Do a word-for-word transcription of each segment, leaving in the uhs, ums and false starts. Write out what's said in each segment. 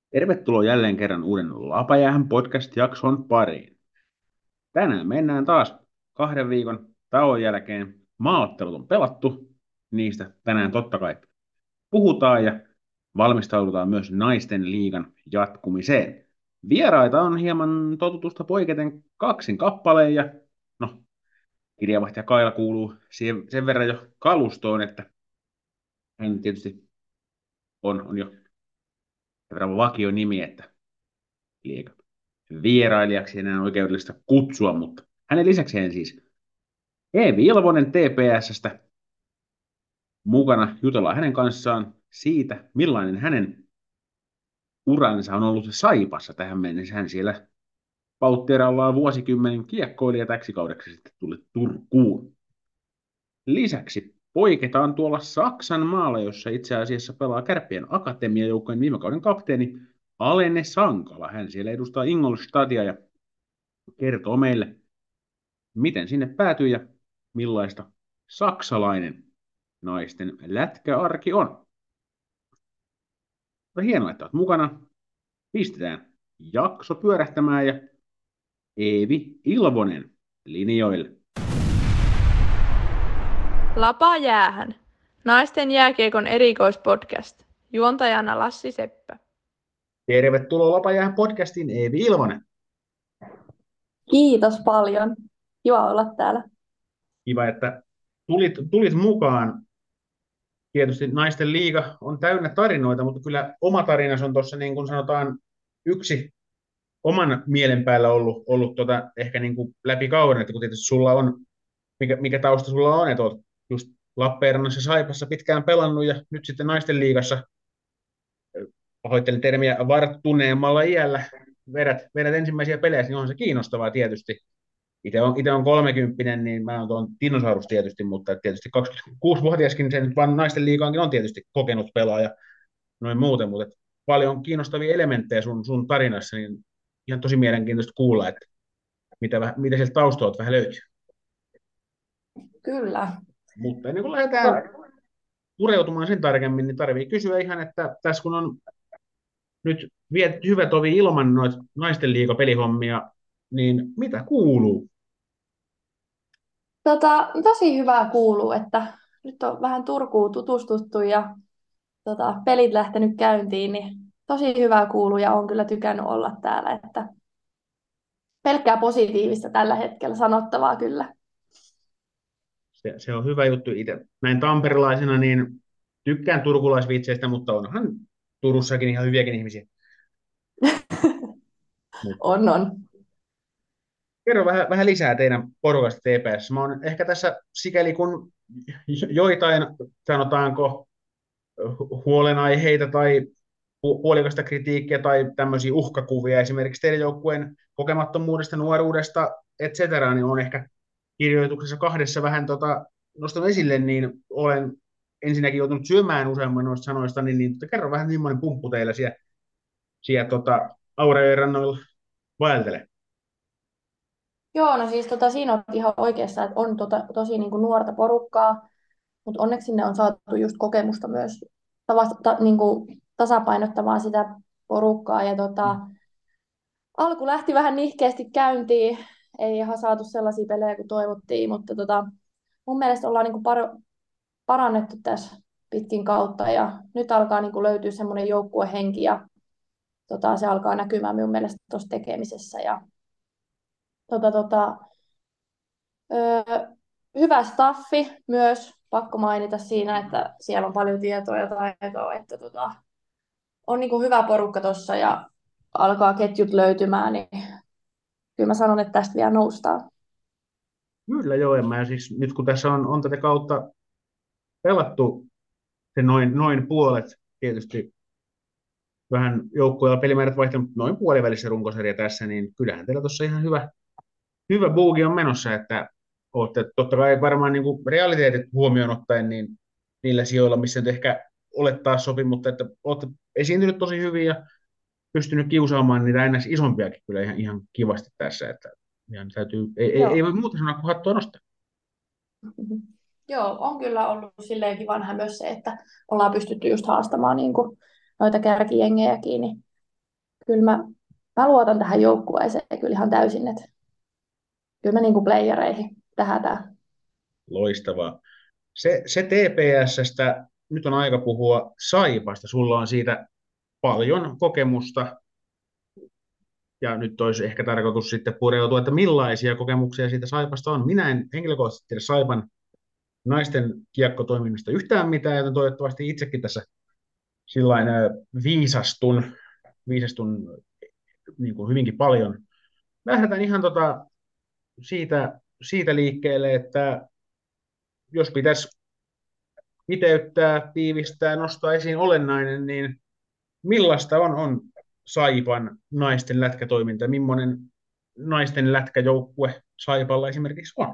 Tervetuloa jälleen kerran uuden Lapajäähän podcast-jakson pariin. Tänään mennään taas kahden viikon tauon jälkeen. Maaottelut on pelattu, niistä tänään totta kai puhutaan ja valmistaudutaan myös naisten liigan jatkumiseen. Vieraita on hieman totutusta poiketen kaksin kappaleen ja no, kirjavahti ja Kaila kuuluu siihen, sen verran jo kalustoon, että hän tietysti on, on jo sen verran vakio nimi, että liiga vierailijaksi enää oikeudellista kutsua, mutta hänen lisäkseen siis Eevi Ilvonen T P S:stä mukana. Jutellaan hänen kanssaan siitä, millainen hänen uransa on ollut Saipassa tähän mennessä. Hän siellä Pauttieraalla on vuosikymmenen kiekkoilija täksi kaudeksi sitten tuli Turkuun. Lisäksi poiketaan tuolla Saksan maalla, jossa itse asiassa pelaa Kärppien akatemiajoukkojen viime kauden kapteeni Alene Sankala. Hän siellä edustaa Ingolstadtia ja kertoo meille, miten sinne päätyi ja millaista saksalainen naisten lätkäarki on. No hienoa, että olet mukana. Pistetään jakso pyörähtämään ja Eevi Ilvonen linjoille. Lapa jäähän. Naisten jääkiekon erikoispodcast. Juontajana Lassi Seppä. Tervetuloa Lapajäähän podcastiin, Eevi Ilvonen. Kiitos paljon. Kiva olla täällä. Kiva, että tulit, tulit mukaan. Tietysti naisten liiga on täynnä tarinoita, mutta kyllä oma tarinas on tuossa niin kuin sanotaan yksi oman mielen päällä ollut, ollut tota, ehkä niin kuin läpi kauden, että kun tietysti sulla on, mikä, mikä tausta sulla on, että olet just Lappeenrannassa Saipassa pitkään pelannut ja nyt sitten naisten liigassa, pahoittelen termiä, varttuneemmalla iällä vedät, vedät ensimmäisiä pelejä, niin on se kiinnostavaa tietysti. Itse on, itse on kolmekymppinen, niin mä oon tuon dinosaurus tietysti, mutta tietysti kaksikymmentäkuusi-vuotiaskin se nyt vaan naisten liigaankin on tietysti kokenut pelaaja noin muuten, mutta paljon kiinnostavia elementtejä sun, sun tarinassa, niin ihan tosi mielenkiintoista kuulla, että mitä, mitä sieltä taustalta vähän löytyy. Kyllä. Mutta ennen kuin lähdetään pureutumaan sen tarkemmin, niin tarvii kysyä ihan, että tässä kun on nyt viety hyvä tovi ilman noita naisten liigapelihommia, niin mitä kuuluu? Tota, tosi hyvää kuuluu, että nyt on vähän Turkuun tutustuttu ja tota, pelit lähtenyt käyntiin, niin tosi hyvää kuuluu ja on kyllä tykännyt olla täällä, että pelkkää positiivista tällä hetkellä sanottavaa kyllä. Se, se on hyvä juttu itse. Näin tamperilaisena niin tykkään turkulaisvitseistä, mutta onhan Turussakin ihan hyviäkin ihmisiä. Mutta On, on. kerro vähän, vähän lisää teidän porukasta T P S. Mä oon ehkä tässä sikäli kun joitain, sanotaanko, huolenaiheita tai pu- puolikasta kritiikkiä tai tämmöisiä uhkakuvia esimerkiksi teidän joukkueen kokemattomuudesta, nuoruudesta, et cetera, niin on ehkä kirjoituksessa kahdessa vähän tota, nostanut esille, niin olen ensinnäkin joutunut syömään useamman noista sanoista, niin, niin kerro vähän, millainen pumppu teillä siellä, siellä tota, Aurajoen rannoilla vaeltelee. Joo, no siis tota, siinä on ihan oikeassa, että on tota, tosi niin kuin nuorta porukkaa, mutta onneksi sinne on saatu just kokemusta myös tavasta, ta, niin kuin tasapainottamaan sitä porukkaa ja tota, Mm. alku lähti vähän nihkeästi käyntiin, ei ihan saatu sellaisia pelejä kuin toivottiin, mutta tota, mun mielestä ollaan niinku par- parannettu tässä pitkin kautta ja nyt alkaa niinku löytyä semmoinen joukkuehenki ja tota, se alkaa näkymään minun mielestä tuossa tekemisessä. Ja, tota, tota, öö, hyvä staffi myös, pakko mainita siinä, että siellä on paljon tietoa ja taitoa, että tota, on niinku hyvä porukka tuossa ja alkaa ketjut löytymään, niin kyllä mä sanon, että tästä vielä noustaan. Kyllä joo, en mä siis, nyt kun tässä on, on tätä kautta pelattu se noin, noin puolet, tietysti vähän joukkueella pelimäärät vaihtanut noin puolivälissä runkosarja tässä, niin kyllähän teillä tuossa ihan hyvä, hyvä buugi on menossa, että olette totta kai varmaan niin kuin realiteetit huomioon ottaen niin niillä sijoilla, missä nyt ehkä olettaa sopi, mutta että olette esiintynyt tosi hyvin ja pystynyt kiusaamaan niitä ns. Isompiakin kyllä ihan, ihan kivasti tässä, että ihan täytyy, ei, ei, ei Joo. voi muuta sanoa kuin hattua nostaa. Mhm. Joo, on kyllä ollut silleen kiva nähdä myös se, että ollaan pystytty just haastamaan niin kuin noita kärkijengejäkin. Niin kyllä mä, mä luotan tähän joukkueeseen kyllä ihan täysin, että kyllä mä niinku playereihin tähdätään. Loistavaa. Se, se T P S:stä, nyt on aika puhua Saipasta. Sulla on siitä paljon kokemusta, ja nyt olisi ehkä tarkoitus sitten pureutua, että millaisia kokemuksia siitä Saipasta on. Minä en henkilökohtaisesti tiedä Saipan naisten kiekkotoiminnasta yhtään mitään, joten toivottavasti itsekin tässä sillain ö, viisastun, viisastun niin kuin hyvinkin paljon. Lähdetään ihan tota siitä, siitä liikkeelle, että jos pitäisi kiteyttää, tiivistää, nostaa esiin olennainen, niin millaista on, on Saipan naisten lätkätoiminta? Millainen naisten lätkäjoukkue Saipalla esimerkiksi on?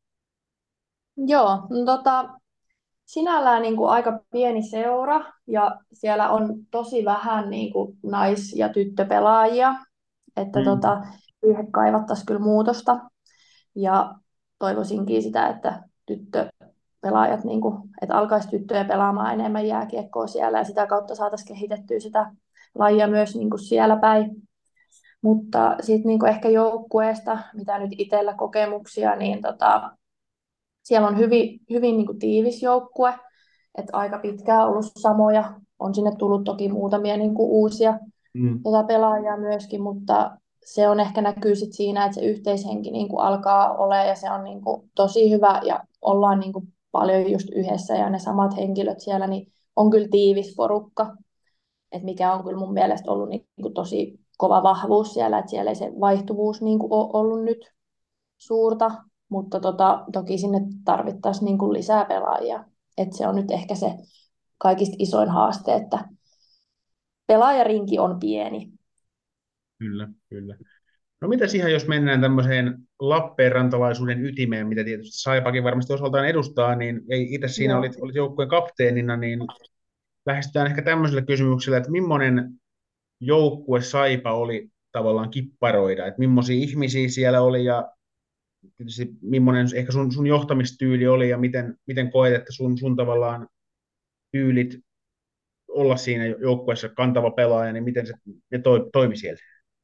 Joo, no tota, sinällään niin kuin aika pieni seura ja siellä on tosi vähän niin kuin nais- ja tyttöpelaajia, että Mm. tota, siihen kaivattaisiin kyllä muutosta ja toivoisinkin sitä, että tyttöpelaajat, niin kuin, että alkaisi tyttöjä pelaamaan enemmän jääkiekkoa siellä ja sitä kautta saataisiin kehitettyä sitä lajia myös niin kuin siellä päin. Mutta sitten niin ehkä joukkueesta, mitä nyt itsellä kokemuksia, niin tota, siellä on hyvin, hyvin niin kuin tiivis joukkue, että aika pitkään ollut samoja. On sinne tullut toki muutamia niin kuin uusia Mm. tota, pelaajia myöskin, mutta se on ehkä näkyy sit siinä, että se yhteishenki niin kuin alkaa olla ja se on niin kuin tosi hyvä ja ollaan niin kuin paljon just yhdessä ja ne samat henkilöt siellä, niin on kyllä tiivis porukka, että mikä on kyllä mun mielestä ollut niin kuin tosi kova vahvuus siellä, että siellä ei se vaihtuvuus niin kuin ole ollut nyt suurta, mutta tota, toki sinne tarvittaisiin niin kuin lisää pelaajia. Et se on nyt ehkä se kaikista isoin haaste, että pelaajarinki on pieni. Kyllä, kyllä. No mitä siihen, jos mennään tämmöiseen Lappeenrantalaisuuden ytimeen, mitä tietysti Saipakin varmasti osaltaan edustaa, niin ei itse siinä Joo. olit, olit joukkueen kapteenina, niin lähestytään ehkä tämmöisellä kysymyksellä, että millainen joukkue Saipa oli tavallaan kipparoida, että millaisia ihmisiä siellä oli ja tietysti millainen ehkä sun, sun johtamistyyli oli ja miten, miten koet, että sun, sun tavallaan tyylit olla siinä joukkueessa kantava pelaaja, niin miten se ne toi, toimi siellä?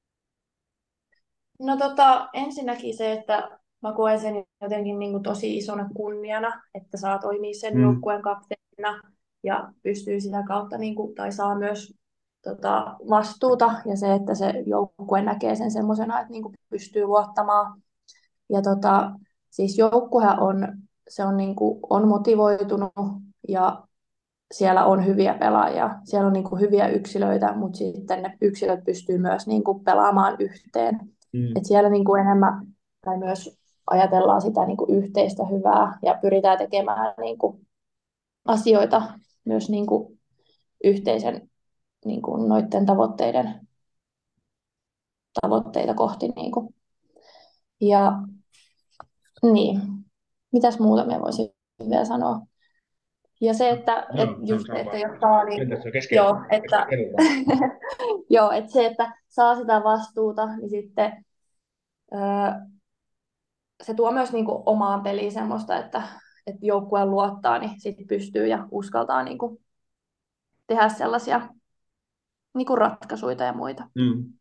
No tota, ensinnäkin se, että mä koen sen jotenkin niin kuin tosi isona kunniana, että saa toimia sen Mm, joukkueen kapteenina ja pystyy sitä kautta, niin kuin, tai saa myös tota, vastuuta ja se, että se joukkue näkee sen semmoisena, että niin kuin pystyy luottamaan. Ja tota, siis joukkuehan on, se on, niin kuin, on motivoitunut ja siellä on hyviä pelaajia. Siellä on niin kuin hyviä yksilöitä, mutta sitten ne yksilöt pystyy myös niin kuin pelaamaan yhteen. Et mm, siellä niin kuin enemmän tai myös ajatellaan sitä niin kuin yhteistä hyvää ja pyritään tekemään niin kuin asioita myös niin kuin yhteisen niin kuin noiden tavoitteiden tavoitteita kohti. Niin kuin. Ja niin, mitäs muuta me voisin vielä sanoa? Ja se, että, että joo, sano, just se, sano että vaan. jos saa niin Entäs kuin, se keskeytys? joo, että, Kerrotaan. joo, että se, että saa sitä vastuuta, niin sitten öö, se tuo myös niin kuin omaan peliin semmoista, että, että joukkue luottaa, niin sitten pystyy ja uskaltaa niin kuin tehdä sellaisia niin kuin ratkaisuja ja muita. Mm,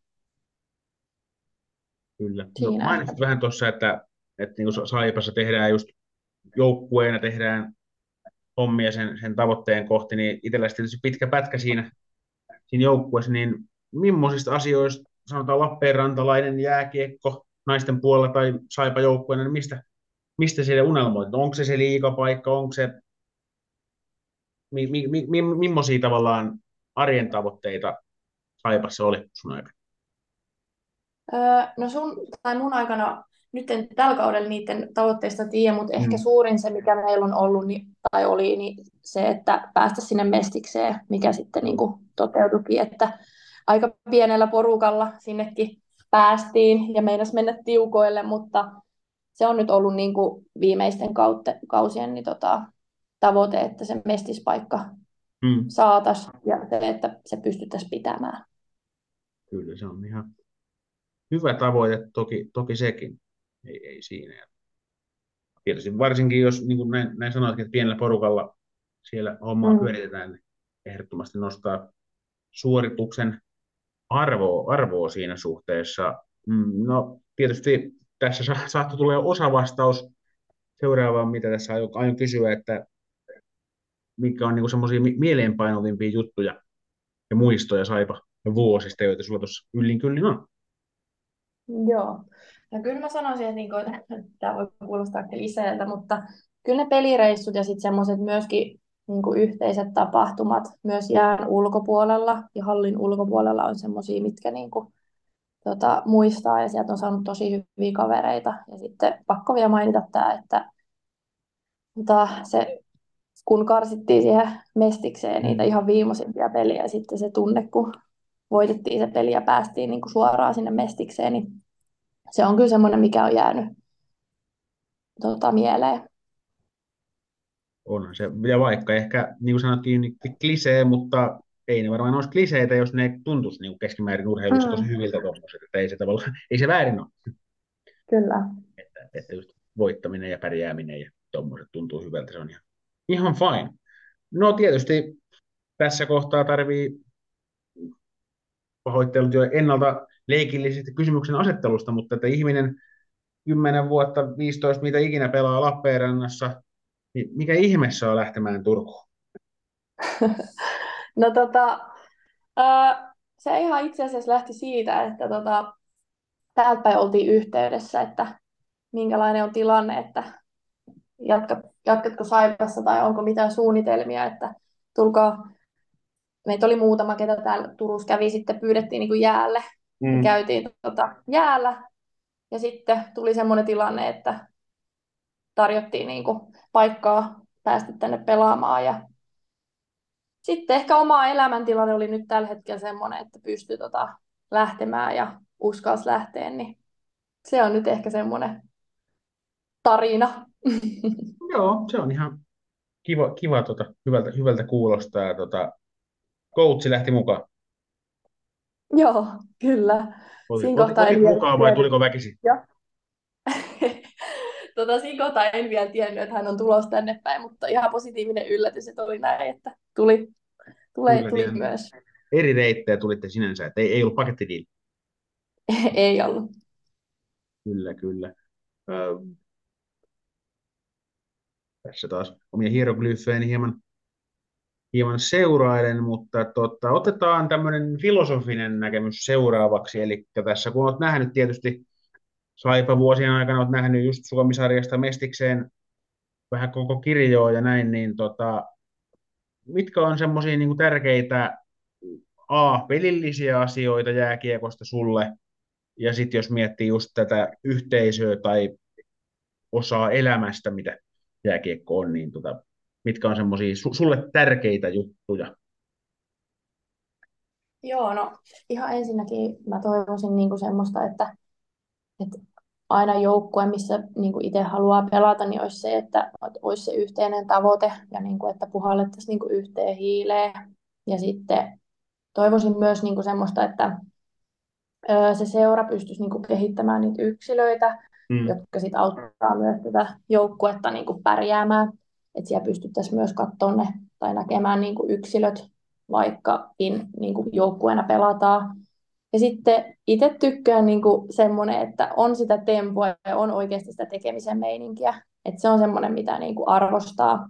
kyllä. No Siinä ehkä. mainitsit vähän tuossa, että, että niin kuin Saipassa tehdään just joukkueena, tehdään hommia sen, sen tavoitteen kohti, niin itsellä tietysti pitkä pätkä siinä, siinä joukkueessa, niin millaisista asioista, sanotaan Lappeenrantalainen jääkiekko naisten puolella tai Saipa joukkueena, niin mistä, mistä siellä unelmoit? Onko se se liigapaikka, onko se, mi, mi, mi, mi, millaisia tavallaan arjen tavoitteita Saipassa oli sun aikana? Öö, no sun tai mun aikana, nyt en tällä kaudella niiden tavoitteista tiedä, mutta ehkä Mm. suurin se, mikä meillä on ollut niin, tai oli, niin se, että päästä sinne mestikseen, mikä sitten niin kuin toteutuikin, että aika pienellä porukalla sinnekin päästiin ja meinas mennä tiukoille, mutta se on nyt ollut niin kuin viimeisten kautta, kausien niin tota, tavoite, että se mestispaikka Mm. saataisiin ja se, että se pystyttäisiin pitämään. Kyllä se on ihan hyvä tavoite, toki, toki sekin. Ei, ei siinä. Ja tietysti varsinkin, jos niin kuin näin, näin sanoitkin, että pienellä porukalla siellä hommaa Mm. pyöritetään, niin ehdottomasti nostaa suorituksen arvoa, arvoa siinä suhteessa. Mm, no tietysti tässä sa- saattoi tulla jo osavastaus seuraavaan, mitä tässä aion, aion kysyä, että mitkä on niinku semmoisia mieleenpainuvimpia juttuja ja muistoja Saipa vuosista, joita sulla tuossa yllin kyllin on. Joo. Ja kyllä mä sanoisin, että, niinku, että tämä voi kuulostaa kliseeltä, mutta kyllä ne pelireissut ja sitten semmoiset myöskin niinku yhteiset tapahtumat myös jään ulkopuolella ja hallin ulkopuolella on semmoisia, mitkä niinku, tota, muistaa ja sieltä on saanut tosi hyviä kavereita. Ja sitten pakko vielä mainita tämä, että tota, se, kun karsittiin siihen mestikseen niitä Mm. ihan viimeisimpia peliä ja sitten se tunne, kun voitettiin se peli ja päästiin niinku suoraan sinne mestikseen, niin se on kyllä semmoinen, mikä on jäänyt tota, mieleen. Onhan se, ja vaikka ehkä, niin kuin sanottiin, niin klisee, mutta ei ne varmaan olisi kliseitä, jos ne tuntuisi niin kuin keskimäärin urheilussa tosi Mm, hyviltä tuommoiset, että ei se tavallaan, ei se väärin ole, kyllä. että, että just voittaminen ja pärjääminen ja tuommoiset tuntuu hyvältä, se on ihan, ihan fine. No tietysti tässä kohtaa tarvii pahoittelut jo ennalta leikillisestä kysymyksen asettelusta, mutta että ihminen kymmenen vuotta, viisitoista, mitä ikinä pelaa Lappeenrannassa, niin mikä ihmeessä on lähtemään Turkuun? No tota, ää, se ihan itse asiassa lähti siitä, että tota, täältä päin oltiin yhteydessä, että minkälainen on tilanne, että jatkat, jatkatko Saipassa tai onko mitään suunnitelmia, että tulkaa. Meitä oli muutama, ketä täällä Turussa kävi, sitten pyydettiin niin kuin jäälle. Me Mm. käytiin tota, jäällä ja sitten tuli semmoinen tilanne, että tarjottiin niin kuin paikkaa päästä tänne pelaamaan ja sitten ehkä oma elämäntilanne oli nyt tällä hetkellä semmoinen, että pystyi tota lähtemään ja uskalsi lähteä, niin se on nyt ehkä semmoinen tarina. Joo, se on ihan kiva, kiva tota, hyvältä, hyvältä kuulostaa. Ja, tota, coachi lähti mukaan. Joo, kyllä. Oli, Siinä oti, kohtaa en otit vielä mukaan vai tiennyt. tuliko väkisin? Joo. tota, siinä kohtaa en vielä tiennyt, että hän on tulossa tänne päin, mutta ihan positiivinen yllätys, että oli näin, että tuli, tuli, Kyllä, tuli ihan myös. eri reittejä tulitte sinänsä, että ei, ei ollut pakettidiili. Ei ollut. Kyllä, kyllä. Ö, tässä taas omia hieroglyfejäni hieman, hieman seurailen, mutta tota, otetaan tämmöinen filosofinen näkemys seuraavaksi. Eli tässä kun olet nähnyt tietysti Saipa vuosien aikana, olet nähnyt just Suomi-sarjasta Mestikseen vähän koko kirjoa ja näin, niin tota, mitkä on semmoisia niin tärkeitä A, pelillisiä asioita jääkiekosta sulle, ja sitten jos miettii just tätä yhteisöä tai osaa elämästä, mitä jääkiekko on, niin tota, mitkä on semmoisia su- sulle tärkeitä juttuja? Joo, no ihan ensinnäkin mä toivoisin niinku semmoista, että, että aina joukkue, missä niinku itse haluaa pelata, niin olisi se, että olisi se yhteinen tavoite ja niinku, että puhallettaisiin niinku yhteen hiileen. Ja sitten toivoisin myös niinku semmoista, että ö, se seura pystyisi niinku kehittämään niitä yksilöitä, Mm. jotka sitten auttaa myös tätä joukkuetta niinku pärjäämään. Että siellä pystyttäisiin myös katsoa ne tai näkemään niinku yksilöt, vaikkakin niinku joukkueena pelataan. Ja sitten itse tykkään niinku semmoinen, että on sitä tempoa ja on oikeasti sitä tekemisen meininkiä. Että se on semmoinen, mitä niinku arvostaa.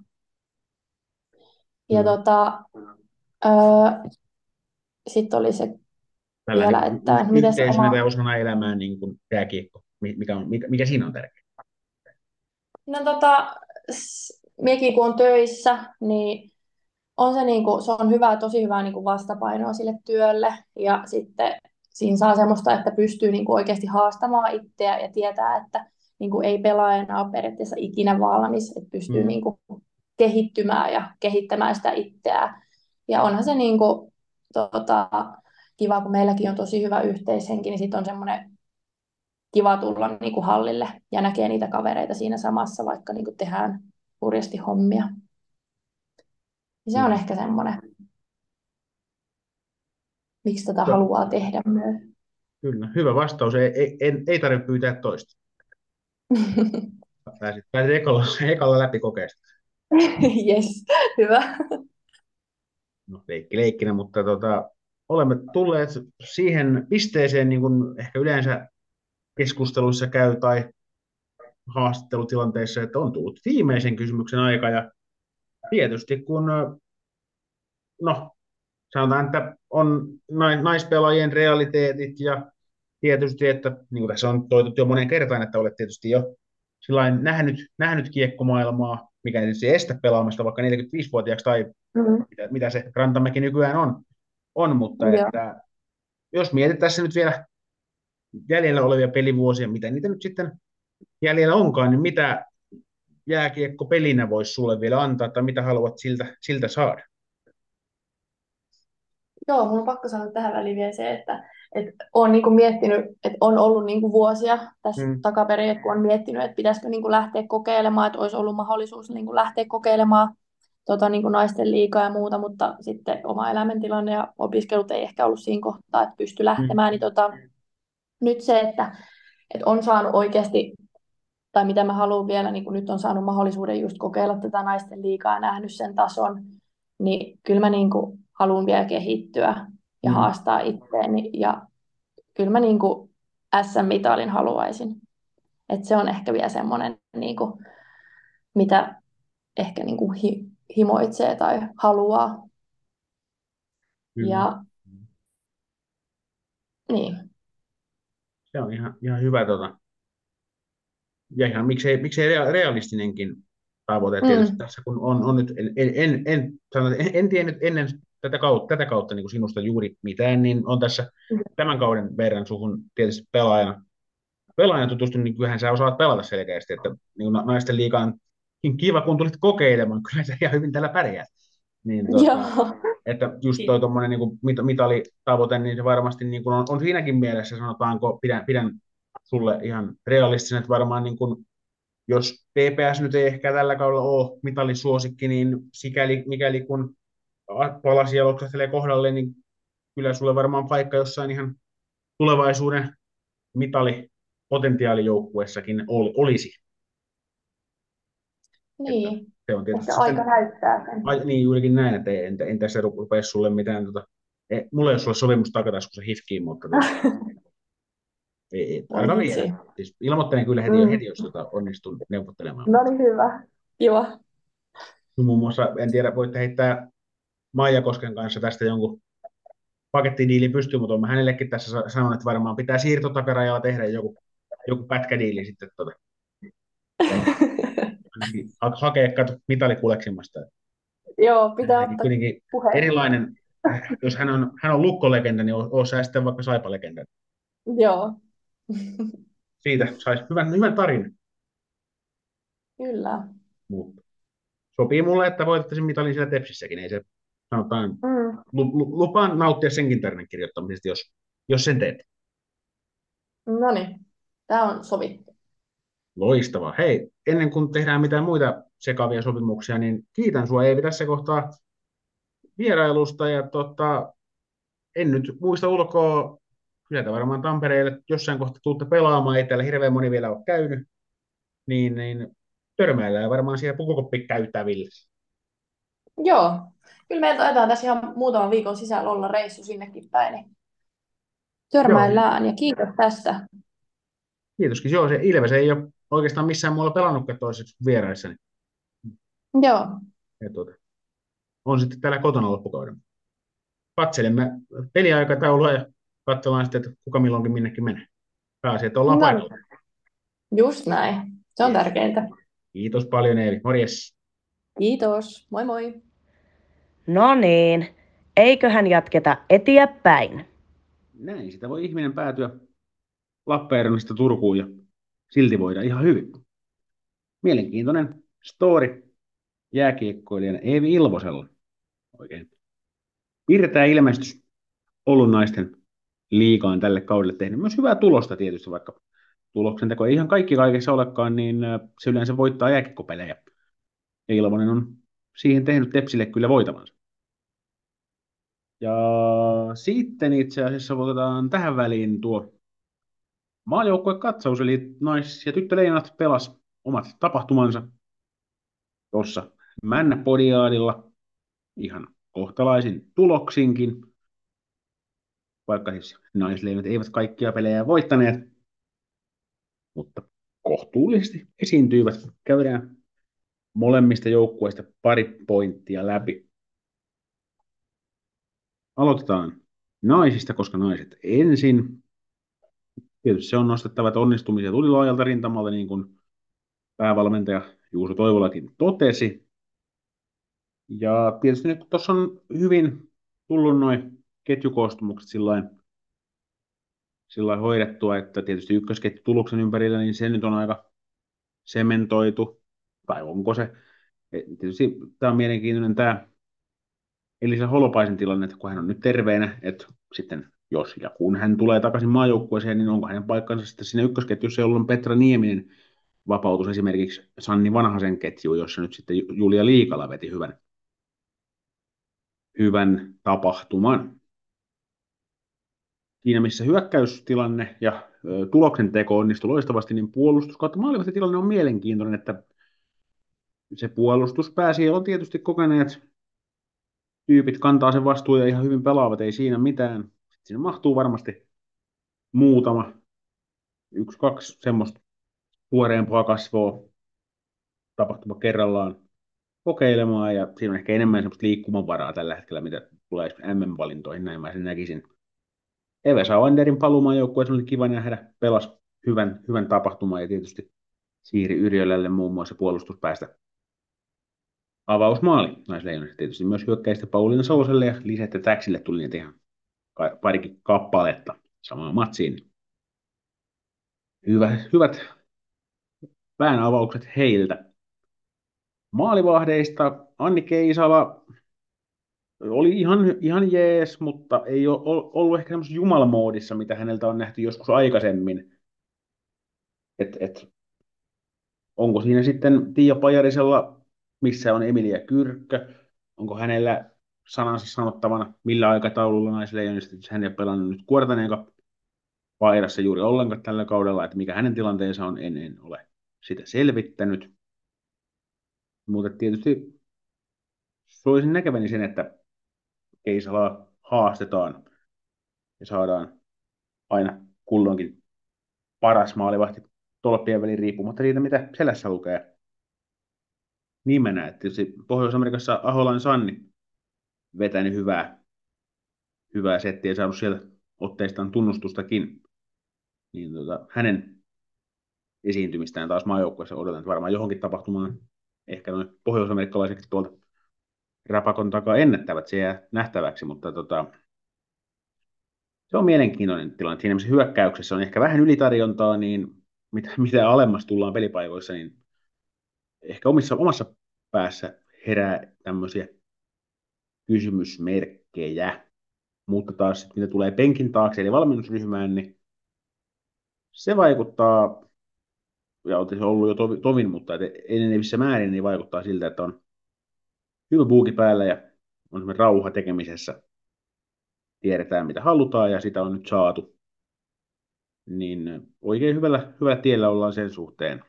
Ja Kyllä. tota, öö, sitten oli se vielä, Tällainen y- että y- miten se yhteisönä tai oma. osana elämää niin kuin jääkiekko, Mi- mikä, on, mikä, mikä siinä on tärkeää? No tota, s- miekin kun on töissä, niin on se, niinku, se on hyvä, tosi hyvää niinku vastapainoa sille työlle. Ja sitten siinä saa semmoista, että pystyy niinku oikeasti haastamaan itseä ja tietää, että niinku ei pelaajana ole periaatteessa ikinä valmis, että pystyy Mm. niinku kehittymään ja kehittämään sitä itseään. Ja onhan se niinku, tota, kiva, kun meilläkin on tosi hyvä yhteishenki, niin sitten on semmoinen kiva tulla niinku hallille ja näkee niitä kavereita siinä samassa, vaikka niinku tehdään hurjasti hommia. Ja se on Kyllä. ehkä semmoinen, miksi tätä Joo, haluaa tehdä myös. kyllä. Hyvä vastaus. Ei, ei, ei, ei tarvitse pyytää toista. Pääsit, pääsit ekalla, ekalla läpi kokeesta. Yes, hyvä. No, leikki leikkinä, mutta tota, olemme tulleet siihen pisteeseen, niin kuin ehkä yleensä keskusteluissa käy tai haastattelutilanteissa, että on tullut viimeisen kysymyksen aika. Ja tietysti kun, no sanotaan, että on naispelaajien realiteetit ja tietysti, että niin kuin tässä on toitettu jo moneen kertaan, että olet tietysti jo sillain nähnyt, nähnyt kiekkomaailmaa, mikä ei tietysti estä pelaamasta vaikka neljäkymmentäviisivuotiaaksi tai Mm. mitä, mitä se Rantamäki nykyään on, on, mutta Joo. että jos mietit tässä nyt vielä jäljellä olevia pelivuosia, mitä niitä nyt sitten jäljellä onkaan, niin mitä jääkiekko pelinä voisi sulle vielä antaa, tai mitä haluat siltä, siltä saada? Joo, mun on pakko sanoa tähän väliin vielä se, että, että olen niin kuin miettinyt, että on ollut niin kuin vuosia tässä Mm, takaperin, että kun on miettinyt, että pitäisikö niin kuin lähteä kokeilemaan, että olisi ollut mahdollisuus niin kuin lähteä kokeilemaan tota, niin kuin naisten liigaa ja muuta, mutta sitten oma elämäntilanne ja opiskelut ei ehkä ollut siinä kohtaa, että pysty mm, lähtemään, niin tota, nyt se, että, että on saanut oikeasti, tai mitä mä haluan vielä, niin kun nyt on saanut mahdollisuuden just kokeilla tätä naisten liigaa ja nähnyt sen tason, niin kyllä mä niin kuin haluan vielä kehittyä ja mm, haastaa itteeni, ja kyllä mä niin kuin S M-mitalin haluaisin. Et se on ehkä vielä semmoinen, niin kuin, mitä ehkä niin kuin hi- himoitsee tai haluaa. kyllä. Ja niin. Se on ihan, ihan hyvä tota, ja ihan miksei, miksei rea- realistinenkin tavoite. Tietysti Mm. tässä kun on, on nyt, en, en, en, sanon, en, en tiennyt ennen tätä kautta, tätä kautta niin kuin sinusta juuri mitään, niin on tässä tämän kauden verran suhun tietysti pelaajana, pelaajana tutustunut, niin kyllähän sä osaat pelata selkeästi, että niin kuin naisten liigaan niin kiva, kun tulit kokeilemaan, kyllä sä ihan hyvin tällä pärjäät. Niin, tota, Joo. että just toi tuommoinen niin mit, mitalitavoite, niin se varmasti niin kuin on, on siinäkin mielessä, sanotaanko, pidän, pidän sulle ihan realistisen, että varmaan niin kuin jos T P S nyt ei ehkä tällä kaudella ole mitalisuosikki, niin sikäli, mikäli kun palasi ja loksahtelee kohdalle, niin kyllä sulle varmaan paikka jossain ihan tulevaisuuden mitalipotentiaalijoukkuessakin ol, olisi. Että Niin. se on tietysti Ehkä aika sitten, näyttää sen. ai, niin juurikin näin, että en, en tässä rupea sulle mitään, tota, ei, mulla ei ole sulle sopimus takataskussa hifkiin, mutta tota, ei, ei, Voi ainakaan vielä. vitsi. Siis ilmoittelen kyllä heti, Mm. heti jos tota, onnistun neuvottelemaan. No niin, hyvä. Kiva. Muun muassa, en tiedä, voitte heittää Maija Kosken kanssa tästä jonkun pakettidiili pystyy, mutta olen hänellekin tässä sa- sanonut, että varmaan pitää siirtotakarajalla tehdä joku, joku pätkädiili sitten tota, ja ainakin ha- hakea kato mitali kuleksimasta. Joo, pitää Hänelläkin ottaa kuitenkin puheeksi. erilainen, äh, jos hän on, hän on lukkolegenda, niin oo sä sitten vaikka saipalegenda. Joo, Siitä saisi hyvän, hyvän tarinan. kyllä. Mutta sopii mulle, että voitaisiin mitalin siellä Tepsissäkin. Ei se, sanotaan, Mm. lu, lu, lupaan nauttia senkin tarinan kirjoittamisesta, jos, jos sen teet. No niin, tämä on sovittu. Loistavaa. Hei, ennen kuin tehdään mitään muita sekavia sopimuksia, niin kiitän sua Eevi tässä kohtaa vierailusta ja tota, en nyt muista ulkoa, kyllä te varmaan Tampereelle jossain kohtaa tuutte pelaamaan, ei täällä hirveän moni vielä ole käynyt, niin, niin törmäillään varmaan siellä pukukoppikäytävillä. Joo, kyllä meillä taitaa tässä ihan muutaman viikon sisällä olla reissu sinnekin päin, niin Joo, törmäillään ja kiitos tästä. kiitoskin. Joo, se Ilves ei ole oikeastaan missään muualla pelannutkaan toiseksi vieraissa, niin Joo, ja tuota, on sitten täällä kotona loppukauden. Katselemme peliaikataulua ja katsellaan sitten, että kuka milloinkin minnekin menee. Pääasia, että ollaan no paikalla. niin, just näin. Se on Yes. tärkeintä. Kiitos paljon Eevi. Morjes. Kiitos, moi moi. No niin, eiköhän jatketa eteenpäin. Näin sitä voi ihminen päätyä Lappeenrannasta Turkuun ja silti voida ihan hyvin. Mielenkiintoinen story jääkiekkoilijana Eevi Ilvosella. Oikein pirteä ilmestys ollut naisten liigaan tälle kaudelle tehnyt. Myös hyvää tulosta tietysti, vaikka tuloksen teko ei ihan kaikki kaikessa olekaan, niin äh, se yleensä voittaa jääkiekkopelejä. Ja Ilvonen on siihen tehnyt Tepsille kyllä voitavansa. Ja sitten itse asiassa otetaan tähän väliin tuo maajoukkuekatsaus, eli nais- ja tyttöleijonat pelas omat tapahtumansa tuossa Männä Podiaadilla ihan kohtalaisin tuloksinkin. vaikka siis naisleijonat eivät kaikkia pelejä voittaneet, mutta kohtuullisesti esiintyivät. Käydään molemmista joukkueista pari pointtia läpi. Aloitetaan naisista, koska naiset ensin. Tietysti se on nostettava, että onnistumisia tuli laajalta rintamalta, niin kuin päävalmentaja Juuso Toivolakin totesi. Ja tietysti nyt tuossa on hyvin tullut noin ketjukoostumukset sillain, sillain hoidettua, että tietysti ykkösketju tuloksen ympärillä, niin se nyt on aika sementoitu, tai onko se? Tietysti tämä on mielenkiintoinen tämä Elisa Holopaisen tilanne, että kun hän on nyt terveenä, että sitten jos ja kun hän tulee takaisin maajoukkueeseen, niin onko hänen paikkansa sitten siinä ykkösketjussa, jolloin Petra Nieminen vapautus esimerkiksi Sanni Vanhasen ketjuun, jossa nyt sitten Julia Liikala veti hyvän, hyvän tapahtuman. Siinä missä hyökkäystilanne ja ö, tuloksen teko onnistui loistavasti, niin puolustus kautta maalivahtitilanne on mielenkiintoinen, että se puolustuspää siellä on tietysti kokeneet tyypit kantaa sen vastuun ja ihan hyvin pelaavat, ei siinä mitään. Sitten siinä mahtuu varmasti muutama, yksi, kaksi semmoista tuoreempaa kasvoa tapahtuma kerrallaan kokeilemaan, ja siinä on ehkä enemmän semmoista liikkumavaraa tällä hetkellä, mitä tulee M M-valintoihin, näin mä sen näkisin. Eve Savanderin paluumaan joukkueessa oli kiva nähdä, pelasi hyvän, hyvän tapahtuman, ja tietysti Siiri Yrjölälle muun muassa puolustuspäästä avausmaali naisleijonissa. Tietysti myös hyökkäistä Pauliina Saloselle ja Lisette Täksille tuli niitä ihan parikin kappaletta samaan matsiin. Hyvä, hyvät päänavaukset heiltä. Maalivahdeista Anni Keisala oli ihan, ihan jees, mutta ei ole ollut ehkä semmoisessa jumalamoodissa, mitä häneltä on nähty joskus aikaisemmin. Et, et, onko siinä sitten Tiia Pajarisella, missä on Emilia Kyrkkö, onko hänellä sanansa sanottavana, millä aikataululla naisleijonista, jos hän ei ole pelannut nyt Kuortaneenka paidassa juuri ollenkaan tällä kaudella, että mikä hänen tilanteensa on, en, en ole sitä selvittänyt. Mutta tietysti soisin näkeväni sen, että Keisalaa haastetaan ja saadaan aina kulloinkin paras maalivahti tolppien väliin riippumatta siitä, mitä selässä lukee nimenä. Että tietysti Pohjois-Amerikassa Aholan Sanni vetänyt hyvää, hyvää settiä ja saanut siellä otteistaan tunnustustakin. Niin tota, hänen esiintymistään taas maajoukkueessa odotan, että varmaan johonkin tapahtumaan ehkä noin pohjois-amerikkalaiseksi tuolta rapakon takaa ennättävät, se jää nähtäväksi, mutta tota, se on mielenkiintoinen tilanne. Siinä missä hyökkäyksessä on ehkä vähän ylitarjontaa, niin mitä, mitä alemmas tullaan pelipaikoissa, niin ehkä omissa, omassa päässä herää tämmöisiä kysymysmerkkejä. Mutta taas mitä tulee penkin taakse, eli valmennusryhmään, niin se vaikuttaa, ja on se ollut jo tovi, tovin, mutta enenevissä määrin niin vaikuttaa siltä, että on hyvä buuki päällä ja on semmoinen rauha tekemisessä. Tiedetään, mitä halutaan, ja sitä on nyt saatu. Niin oikein hyvällä, hyvällä tiellä ollaan sen suhteen.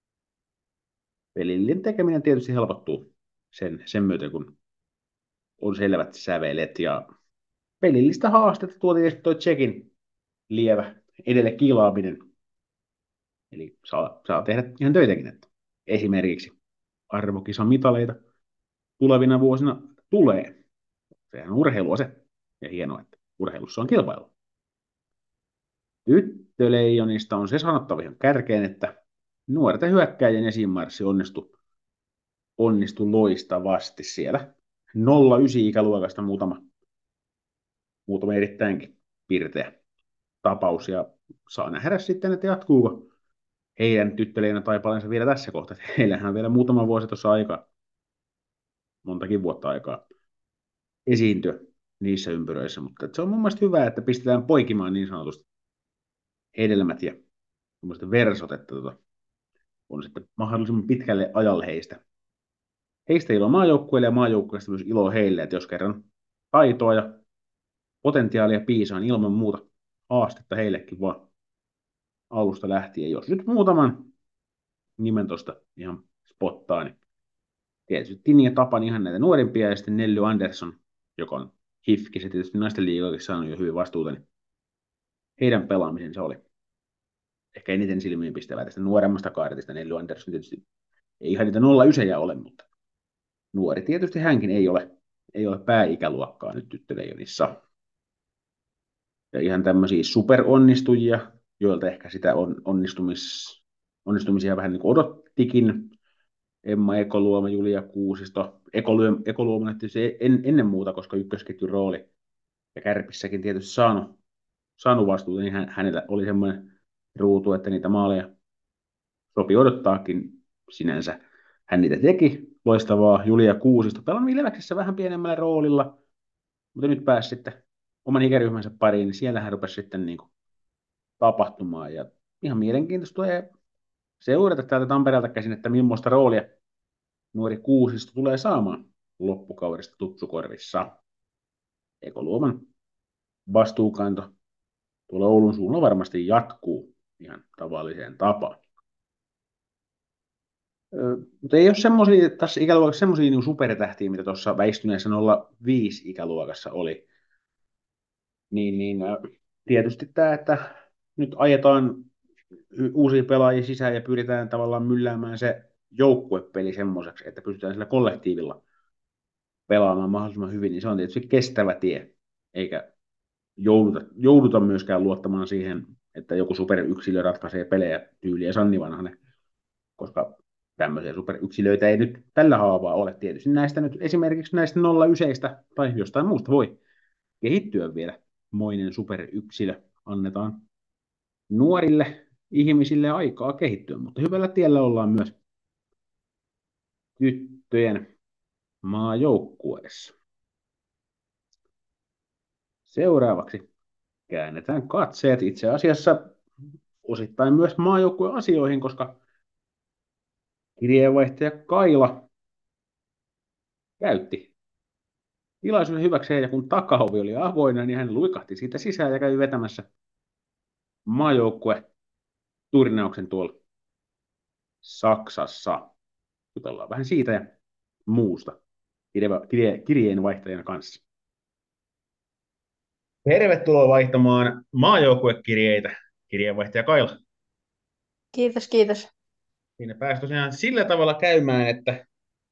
Pelillinen tekeminen tietysti helpottuu sen, sen myötä, kun on selvät sävelet. Ja pelillistä haastetta tuo tietysti tuo Tsekin lievä edelle kiilaaminen. Eli saa, saa tehdä ihan töitäkin. Että esimerkiksi arvokisan mitaleita tulevina vuosina tulee. Sehän on urheilua se. Ja hienoa, että urheilussa on kilpailu. Tyttöleijonista on se sanottava ihan kärkeen, että nuorten hyökkäjien esimarssi onnistui, onnistui loistavasti siellä. nolla yhdeksän ikäluokasta muutama, muutama erittäinkin pirteä tapaus, ja saa nähdä sitten, että jatkuuko heidän tyttöleijona taipaleensa vielä tässä kohtaa. Heillähän on vielä muutama vuosi tuossa aikaa, montakin vuotta aikaa esiintyä niissä ympyröissä, mutta se on mun mielestä hyvä, että pistetään poikimaan niin sanotusti hedelmät ja versot, että tota, on sitten mahdollisimman pitkälle ajalle heistä. Heistä ilo maajoukkueille ja maajoukkueesta myös ilo heille, että jos kerran taitoa ja potentiaalia piisaa, niin ilman muuta haastetta heillekin vaan alusta lähtien. Jos nyt muutaman nimen tuosta ihan spottaa, niin tietysti Tini ja Tapan ihan näitä nuorimpia, ja sitten Nelly Andersson, joka on Hifki, se tietysti naisten liigakin saanut jo hyvin vastuuta, niin heidän pelaamisensa oli ehkä eniten silmiin pistävää tästä nuoremmasta kaartista. Nelly Andersson tietysti ei ihan niitä nolla yhdeksän ole, mutta nuori tietysti hänkin ei ole, ei ole pääikäluokkaa nyt tyttöleijonissa. Ja ihan tämmöisiä superonnistujia, joilta ehkä sitä on onnistumis, onnistumisia vähän niin kuin odottikin. Emma Ekoluoma, Julia Kuusisto. Ekoluoma, Ekoluoma tietysti en, ennen muuta, koska ykkösketjun rooli ja Kärpissäkin tietysti saanut, saanut vastuuta, niin hän, hänellä oli semmoinen ruutu, että niitä maaleja sopi odottaakin sinänsä. Hän niitä teki, loistavaa. Julia Kuusisto pelannut Ilveksessä vähän pienemmällä roolilla, mutta nyt pääsi sitten oman ikäryhmänsä pariin, niin siellä hän rupesi sitten niin kuin tapahtumaan. Ja ihan mielenkiintoista tulee seurata täältä Tampereelta käsin, että millaista roolia nuori Kuusisto tulee saamaan loppukaudesta Tutsukorvissa. Ekoluoman vastuukanto tuolla Oulun suunnalla varmasti jatkuu ihan tavalliseen tapaan. Ö, mutta ei ole semmoisia, tässä ikäluokassa semmoisia niin supertähtiä, mitä tuossa väistyneessä nolla viisi ikäluokassa oli. Niin, niin tietysti tämä, että nyt ajetaan uusia pelaajia sisään ja pyritään tavallaan mylläämään se joukkuepeli semmoiseksi, että pystytään sillä kollektiivilla pelaamaan mahdollisimman hyvin, niin se on tietysti kestävä tie, eikä jouduta, jouduta myöskään luottamaan siihen, että joku superyksilö ratkaisee pelejä tyyliä Sanni Vanhanen, koska tämmöisiä superyksilöitä ei nyt tällä haavaa ole. Tietysti näistä nyt esimerkiksi näistä nolla yhdeksän tai jostain muusta voi kehittyä vielä moinen superyksilö. Annetaan nuorille ihmisille aikaa kehittyä, mutta hyvällä tiellä ollaan myös tyttöjen maajoukkueessa. Seuraavaksi käännetään katseet itse asiassa osittain myös maajoukkueen asioihin, koska kirjeenvaihtaja Kaila käytti tilaisuuden hyväkseen, ja kun takaovi oli avoinna, niin hän luikahti siitä sisään ja kävi vetämässä maajoukkue turnauksen tuolla Saksassa. Jutellaan vähän siitä ja muusta kirje- kirjeenvaihtajan kanssa. Tervetuloa vaihtamaan maajoukkuekirjeitä, kirjeenvaihtaja Kaila. Kiitos, kiitos. Siinä pääsi tosiaan sillä tavalla käymään, että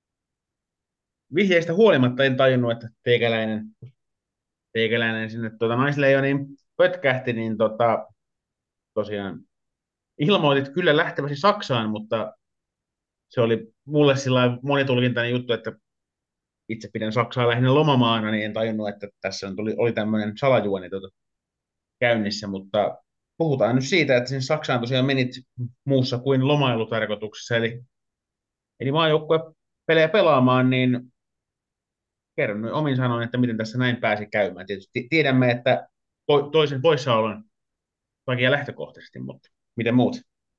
vihjeistä huolimatta en tajunnut, että teikäläinen, teikäläinen sinne tuota naisleijoniin pötkähti, niin tota, tosiaan ilmoitit kyllä lähteväsi Saksaan, mutta se oli mulle sillä monitulkintainen juttu, että itse pidän Saksaa lähinnä lomamaana, niin en tajunnut, että tässä tuli, oli tämmöinen salajuoni tuota, käynnissä, mutta puhutaan nyt siitä, että sinne Saksaan tosiaan menit muussa kuin lomailutarkoituksessa, eli, eli maajoukkuepelejä pelaamaan, niin kerron nyt omin sanoin, että miten tässä näin pääsi käymään. Tietysti tiedämme, että toisen poissaolon takia lähtökohtaisesti, mutta miten muut?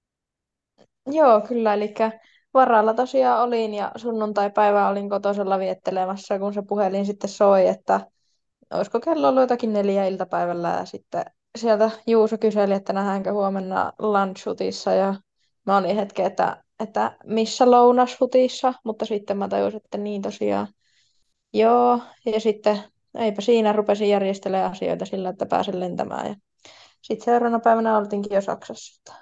Joo, kyllä, eli varalla tosiaan olin ja sunnuntai-päivää olin kotosella viettelemässä, kun se puhelin sitten soi, että olisiko kello ollut jotakin neljä iltapäivällä ja sitten sieltä Juuso kyseli, että nähdäänkö huomenna lunchhutissa ja mä olin hetken, että, että missä lounashutissa, mutta sitten mä tajusin, että niin tosiaan joo, ja sitten eipä siinä, rupesin järjestelemään asioita sillä, että pääsen lentämään ja sitten seuraavana päivänä oltiinkin jo Saksassa.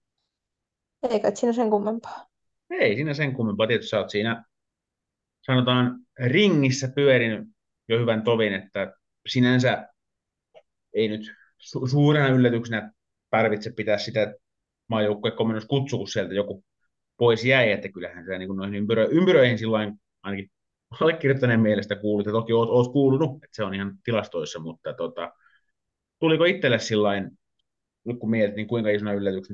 Ei kai siinä sen kummempaa. Ei siinä sen kummempaa. Tietysti sä oot siinä, sanotaan, ringissä pyörinyt jo hyvän tovin, että sinänsä ei nyt su- suurena yllätyksenä tarvitse pitää sitä maajoukkuekomennus kutsu, kun sieltä joku pois jäi, että kyllähän se niin noihin ympyrö- ympyröihin silloin ainakin allekirjoittaneen mielestä kuulut, ja toki oot, oot kuulunut, että se on ihan tilastoissa, mutta tota, tuliko itselle sillain, nyt kun mietit, niin kuinka isona yllätyksen?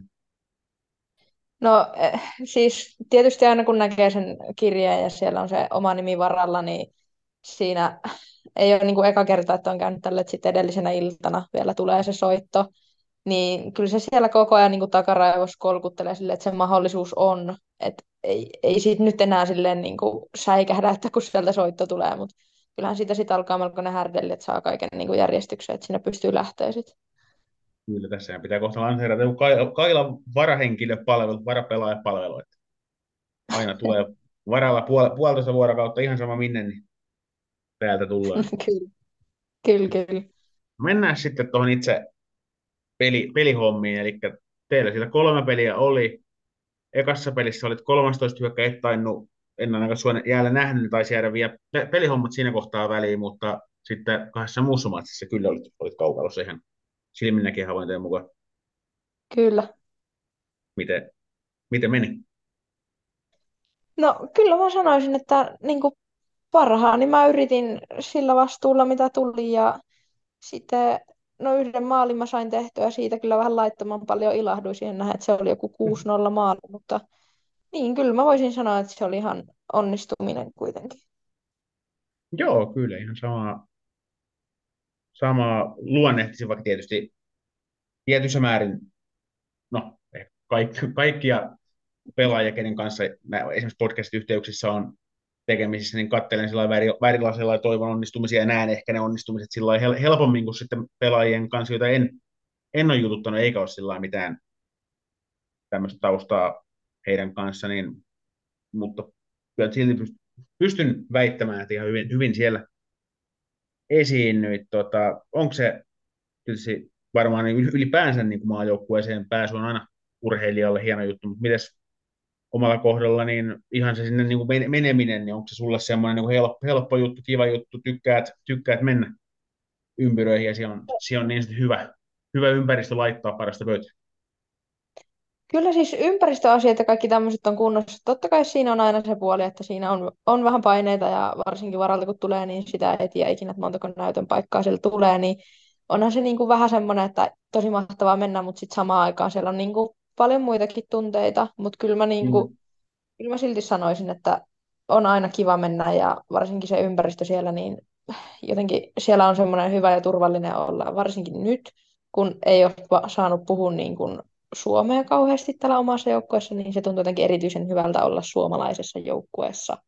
No eh, siis tietysti aina kun näkee sen kirjeen ja siellä on se oma nimi varalla, niin siinä ei ole niin kuin eka kerta, että on käynyt tälle, että sitten edellisenä iltana vielä tulee se soitto. Niin kyllä se siellä koko ajan niin kuin takaraivossa kolkuttelee sille, että se mahdollisuus on. Että ei, ei siitä nyt enää silleen niin kuin säikähdä, että kun sieltä soitto tulee, mutta kyllähän siitä sitten alkaa melkoinen härdelli, että saa kaiken niin kuin järjestykseen, että sinne pystyy lähteä sitten. Kyllä, tässä pitää kohta lanseerata joku Kaila, Kaila varahenkilöpalvelu, varapelaajapalvelu, että aina tulee varalla puol, puolitoista vuorokautta ihan sama minne, niin täältä tullaan. Kyllä. Kyllä, kyllä. Mennään sitten tuohon itse peli, pelihommiin, eli teillä siellä kolme peliä oli. Ekassa pelissä olit kolmastoista hyökkä, et tainnut, en ainakaan sua jäällä nähnyt, niin taisi jäädä vielä pe- pelihommat siinä kohtaa väliin, mutta sitten kahdessa muussa matsissa kyllä olit, olit kaukalossa ihan silminnäkin havaintojen mukaan. Kyllä. Miten, miten meni? No kyllä mä sanoisin, että niin kuin parhaani mä yritin sillä vastuulla, mitä tuli ja sitten no yhden maalin mä sain tehtyä siitä kyllä vähän laittoman paljon ilahduin siihen nähdä, että se oli joku kuusi nolla maali, mutta niin kyllä mä voisin sanoa, että se oli ihan onnistuminen kuitenkin. Joo, kyllä ihan sama, sama luonnehtisin, vaikka tietysti tietyssä määrin, no ehkä kaikki, kaikkia pelaajia, kenen kanssa mä esimerkiksi podcast-yhteyksissä on tekemisissä, niin katselen sillä väri, värilasilla ja toivon onnistumisia ja näen ehkä ne onnistumiset sillä lailla hel- helpommin kuin sitten pelaajien kanssa, joita en, en ole jututtanut, eikä ole sillä lailla mitään tämmöistä taustaa heidän kanssa, niin, mutta kyllä silti pyst- pystyn väittämään, että ihan hyvin, hyvin siellä esiinnyit. Tota, onko se tietysti varmaan niin yl- ylipäänsä niin kuin maajoukkueeseen pääsy on aina urheilijalle hieno juttu, mutta mites omalla kohdalla, niin ihan se sinne niin kuin men- meneminen, niin onko se sulle semmoinen niin kuin helppo, helppo juttu, kiva juttu, tykkäät, tykkäät mennä ympyröihin ja siellä on, siellä on niin sitten hyvä, hyvä ympäristö laittaa parasta pöytää. Kyllä siis ympäristöasiat ja kaikki tämmöiset on kunnossa. Totta kai siinä on aina se puoli, että siinä on, on vähän paineita ja varsinkin varalta kun tulee, niin sitä ei tiedä ikinä, että montako näytön paikkaa siellä tulee. Niin onhan se niin kuin vähän semmoinen, että tosi mahtavaa mennä, mutta sitten samaan aikaan siellä on niin kuin paljon muitakin tunteita. Mutta kyllä mä, niin kuin, Mm. kyllä mä silti sanoisin, että on aina kiva mennä ja varsinkin se ympäristö siellä, niin jotenkin siellä on semmoinen hyvä ja turvallinen olla, varsinkin nyt, kun ei ole va- saanut puhua niin kuin suomea kauheasti täällä omassa joukkueessa, niin se tuntuu jotenkin erityisen hyvältä olla suomalaisessa joukkueessa.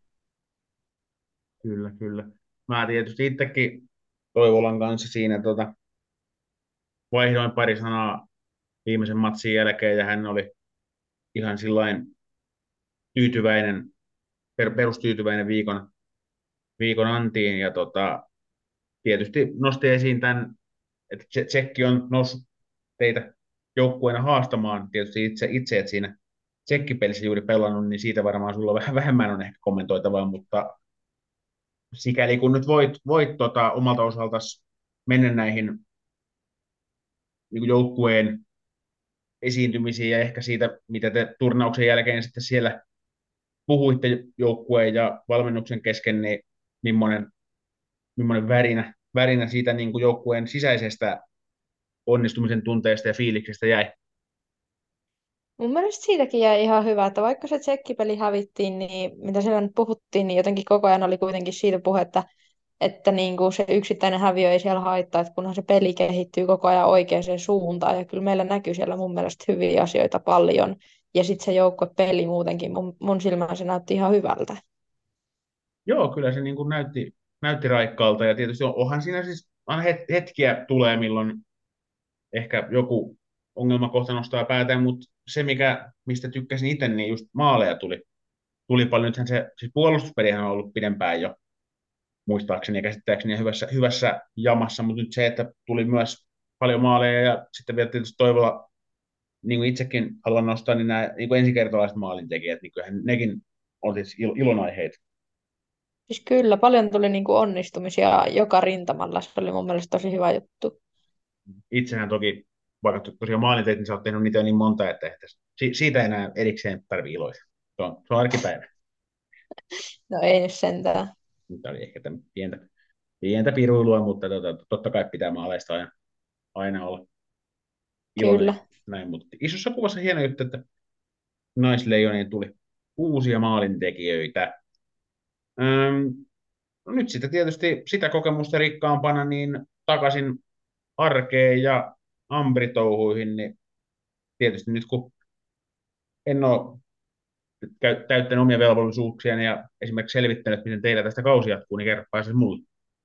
Kyllä, kyllä. Mä tietysti itsekin Toivolan kanssa siinä tota, vaihdoin pari sanaa viimeisen matsin jälkeen ja hän oli ihan sillain tyytyväinen, per, perustyytyväinen viikon, viikon antiin ja tota, tietysti nosti esiin tämän, että Tse- Tsekki on noussut teitä joukkueena haastamaan tietysti itse, itse että siinä Tsekkipelissä juuri pelannut, niin siitä varmaan sulla vähän vähemmän on ehkä kommentoitavaa, mutta sikäli kun nyt voit, voit tota, omalta osaltasi mennä näihin niin kuin joukkueen esiintymisiin ja ehkä siitä, mitä te turnauksen jälkeen sitten siellä puhuitte joukkueen ja valmennuksen kesken, niin millainen, millainen värinä, värinä siitä niin kuin joukkueen sisäisestä onnistumisen tunteesta ja fiiliksestä jäi. Mun mielestä siitäkin jäi ihan hyvä, että vaikka se tsekkipeli hävittiin, niin mitä siellä nyt puhuttiin, niin jotenkin koko ajan oli kuitenkin siitä puhetta, että niin kuin se yksittäinen häviö ei siellä haittaa, että kunhan se peli kehittyy koko ajan oikeaan suuntaan. Ja kyllä meillä näkyy siellä mun mielestä hyviä asioita paljon. Ja sitten se joukkuepeli muutenkin, mun, mun silmään se näytti ihan hyvältä. Joo, kyllä se niin kuin näytti, näytti raikkaalta ja tietysti on- onhan siinä siis aina het- hetkiä tulee, milloin ehkä joku ongelmakohta nostaa päätään, mutta se, mikä, mistä tykkäsin itse, niin just maaleja tuli, tuli paljon. Nythän se, siis puolustuspelihän on ollut pidempään jo, muistaakseni ja käsittääkseni hyvässä, hyvässä jamassa, mutta nyt se, että tuli myös paljon maaleja ja sitten vielä tietysti Toivola, niin kuin itsekin haluan nostaa, niin nämä niin kuin ensikertalaiset maalintekijät, niin kyllähän nekin on siis il- ilonaiheita. Siis kyllä, paljon tuli niin kuin onnistumisia joka rintamalla. Se oli mun mielestä tosi hyvä juttu. Itsehän toki, vaikka tosiaan maalinteet, niin sä oot tehnyt niitä jo niin monta, että että si- siitä ei enää erikseen tarvitse iloita. Se on, se on arkipäivä. No ei nyt sentään. Nyt oli ehkä tämän pientä, pientä piruilua, mutta tota, totta kai pitää maaleista aina, aina olla iloinen. Kyllä. Näin, mutta isossa kuvassa hieno juttu, että naisleijoniin tuli uusia maalintekijöitä. Öm, no nyt sitten tietysti sitä kokemusta rikkaampana niin takaisin arkeen ja ambritouhuihin, niin tietysti nyt kun en ole käy- täyttänyt omia velvollisuuksiani ja esimerkiksi selvittänyt, miten teillä tästä kausi jatkuu, niin kerro pääsisi mulle.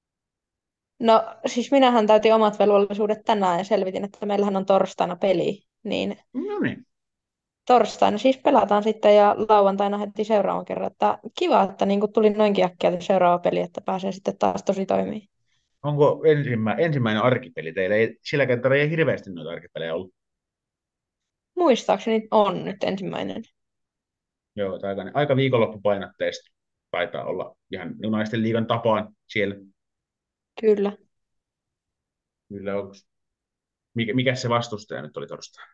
No siis minähän täytin omat velvollisuudet tänään ja selvitin, että meillähän on torstaina peli. Niin No niin, torstaina siis pelataan sitten ja lauantaina heti seuraavan kerran. Että kiva, että niin kuin tuli noinkin äkkiä se seuraava peli, että pääsee sitten taas tosi toimii. Onko ensimmä, ensimmäinen arkipeli teille? Ei, sillä kertaa ei hirveästi noita arkipelejä ollut. Muistaakseni on nyt ensimmäinen. Joo, että aika, aika viikonloppupainotteista taitaa olla ihan naisten liigan tapaan siellä. Kyllä. Kyllä onko. Mikä, mikä se vastustaja nyt oli torstaina?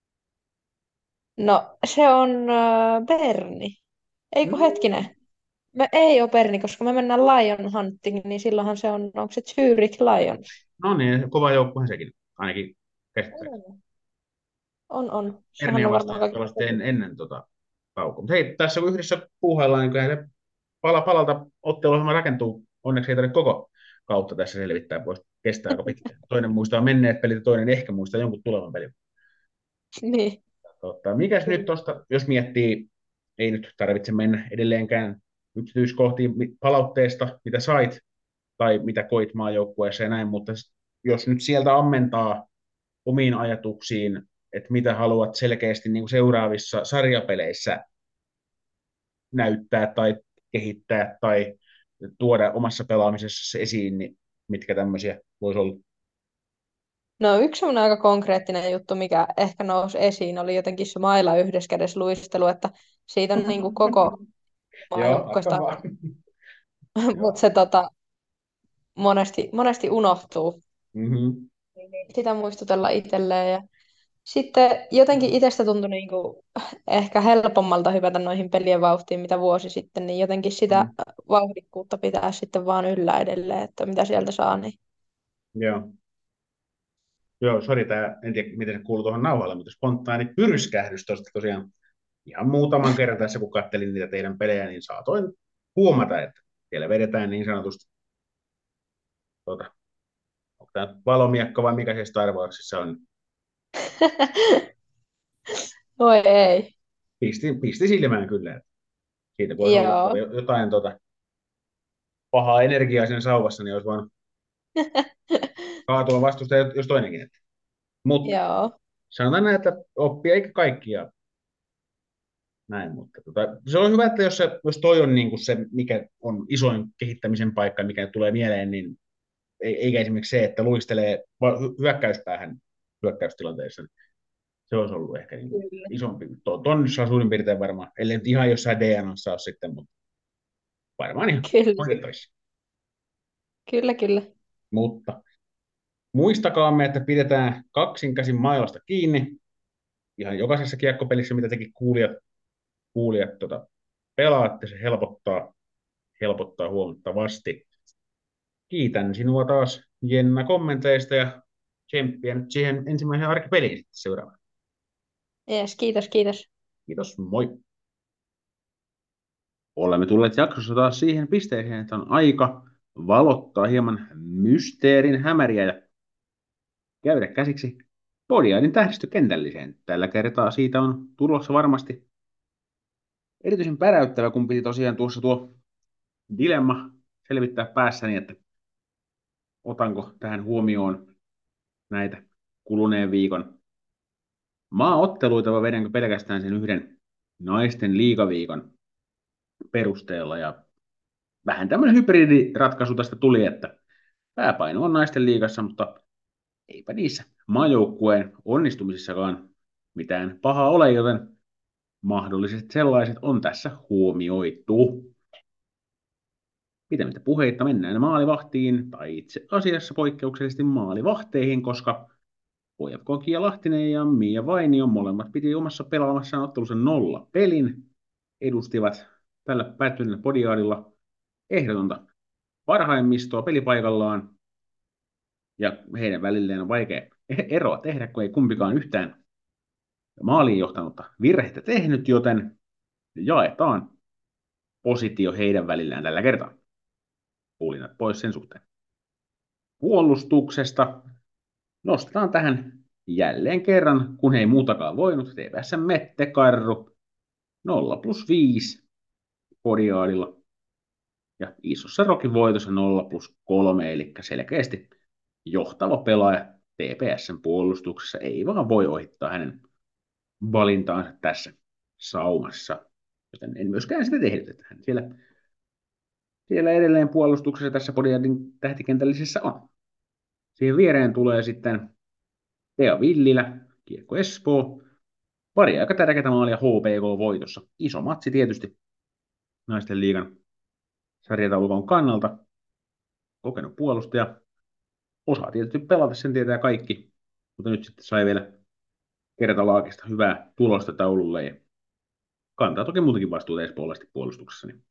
No, se on äh, Berni. Ei kun Mm. hetkinen. Me ei ole Berni, koska me mennään Lion Hunting, niin silloinhan se on, onko se Zurich Lions? No niin, kova joukkuehan sekin, ainakin käsittääkseni. On, on. on. Sehän Herniä on varmaan vastaan kaikki. pelasitte en, ennen tota taukoa. Mutta hei, tässä kun yhdessä puuhaillaan, niin kyllähän se pala palalta otteluohjelma rakentuu. Onneksi ei tarvitse koko kautta tässä selvittää pois. Kestää aika pitkään. Toinen muistaa menneet pelit ja toinen ehkä muistaa jonkun tulevan pelin. Niin. Tota, mikäs nyt tuosta, jos miettii, ei nyt tarvitse mennä edelleenkään yksityiskohtiin mi- palautteesta, mitä sait tai mitä koit maajoukkueessa ja näin, mutta jos nyt sieltä ammentaa omiin ajatuksiin, että mitä haluat selkeästi niin kuin seuraavissa sarjapeleissä näyttää tai kehittää tai tuoda omassa pelaamisessa esiin, niin mitkä tämmöisiä voisi olla? No yksi semmoinen aika konkreettinen juttu, mikä ehkä nousi esiin, oli jotenkin se maila yhdessä kädessä luistelu, että siitä on niin kuin koko Joo, aika maajoukkueesta, vaan. mutta Joo. se tota, monesti, monesti unohtuu. Mm-hmm. Sitä muistutella itselleen. Ja sitten jotenkin itsestä tuntui niin kuin ehkä helpommalta hypätä noihin pelien vauhtiin, mitä vuosi sitten, niin jotenkin sitä Mm. vauhdikkuutta pitää sitten vaan yllä edelleen, että mitä sieltä saa. Niin. Joo. Joo, sori, tää, en tiedä miten se kuuluu tuohon nauhalle, mutta spontaani pyrskähdys tuosta tosiaan ihan muutaman kerran tässä, kun kattelin niitä teidän pelejä, niin saatoin huomata, että siellä vedetään niin sanotusti, tuota, onko tämä valomiekko vai mikä se Star Warsissa on, Oi ei. pisti, pisti silmään kyllä, että siitä kun olisi ollut Joo. jotain tuota, pahaa energiaa siinä sauvassa, niin olisi voinut kaatua vastustaja, jos toinenkin. Että. Mutta Joo. sanotaan näin, että oppia eikä kaikkia näin, mutta tota, se on hyvä, että jos, se, jos toi on niin kuin se, mikä on isoin kehittämisen paikka, mikä tulee mieleen, niin eikä esimerkiksi se, että luistelee hyökkäyspäähän hyökkäystilanteessa. Se olisi ollut ehkä niin kuin Kyllä. isompi. Tonnissa suurin piirtein varmaan, ellei nyt ihan jossain D N A:ssa ole sitten, mutta varmaan ihan Kyllä. hoidettavissa. Kyllä, kyllä. Mutta muistakaamme, että pidetään kaksin käsin mailasta kiinni ihan jokaisessa kiekkopelissä, mitä tekin kuulijat, kuulijat tota, pelaatte, se helpottaa, helpottaa huomattavasti. Kiitän sinua taas, Jenna, kommenteista ja tsemppiä nyt siihen ensimmäiseen arkipeliin sitten seuraavaan. Jees, kiitos, kiitos. Kiitos, moi! Olemme tulleet jaksossa taas siihen pisteeseen, että on aika valottaa hieman mysteerin hämäriä ja käydä käsiksi Podiaidin tähdistökentälliseen. Tällä kertaa siitä on tulossa varmasti erityisen päräyttävä, kun piti tosiaan tuossa tuo dilemma selvittää päässäni, että otanko tähän huomioon näitä kuluneen viikon maaotteluita vai vedänkö pelkästään sen yhden naisten liigaviikon perusteella. Ja vähän tämmöinen hybridiratkaisu tästä tuli, että pääpaino on naisten liigassa, mutta eipä niissä maajoukkueen onnistumisissakaan mitään pahaa ole, joten mahdolliset sellaiset on tässä huomioitu. Pitemmittä puheitta mennään maalivahtiin, tai itse asiassa poikkeuksellisesti maalivahteihin, koska H F K Kia Lahtinen ja Mia Vainio molemmat piti omassa pelaamassaan ottelussa nolla pelin, edustivat tällä päättyneellä podiaadilla ehdotonta parhaimmistoa pelipaikallaan, ja heidän välilleen on vaikea eroa tehdä, kun ei kumpikaan yhtään maaliin johtanutta virhettä tehnyt, joten jaetaan positio heidän välillään tällä kertaa. Puolinat pois sen suhteen. Puolustuksesta nostetaan tähän jälleen kerran, kun ei muutakaan voinut, T P S Mette Karru nolla plus viisi podiaadilla ja isossa rokin voitossa nolla plus kolme, eli selkeästi johtava pelaaja T P S:n puolustuksessa ei vaan voi ohittaa hänen valintaansa tässä saumassa. Joten en myöskään sitä tehnyt, että hän siellä siellä edelleen puolustuksessa tässä Podiatin tähtikentällisessä on. Siihen viereen tulee sitten Tea Villilä, Kiekko Espoo, pari aika tärkeää maalia H P K-voitossa. Iso matsi tietysti naisten liigan sarjataulukon kannalta. Kokenut puolustaja. Osaa tietysti pelata, sen tietää kaikki. Mutta nyt sitten sai vielä kertalaakista hyvää tulosta taululle. Ja kantaa toki muutenkin vastuuta espoolaisesti puolustuksessa. Niin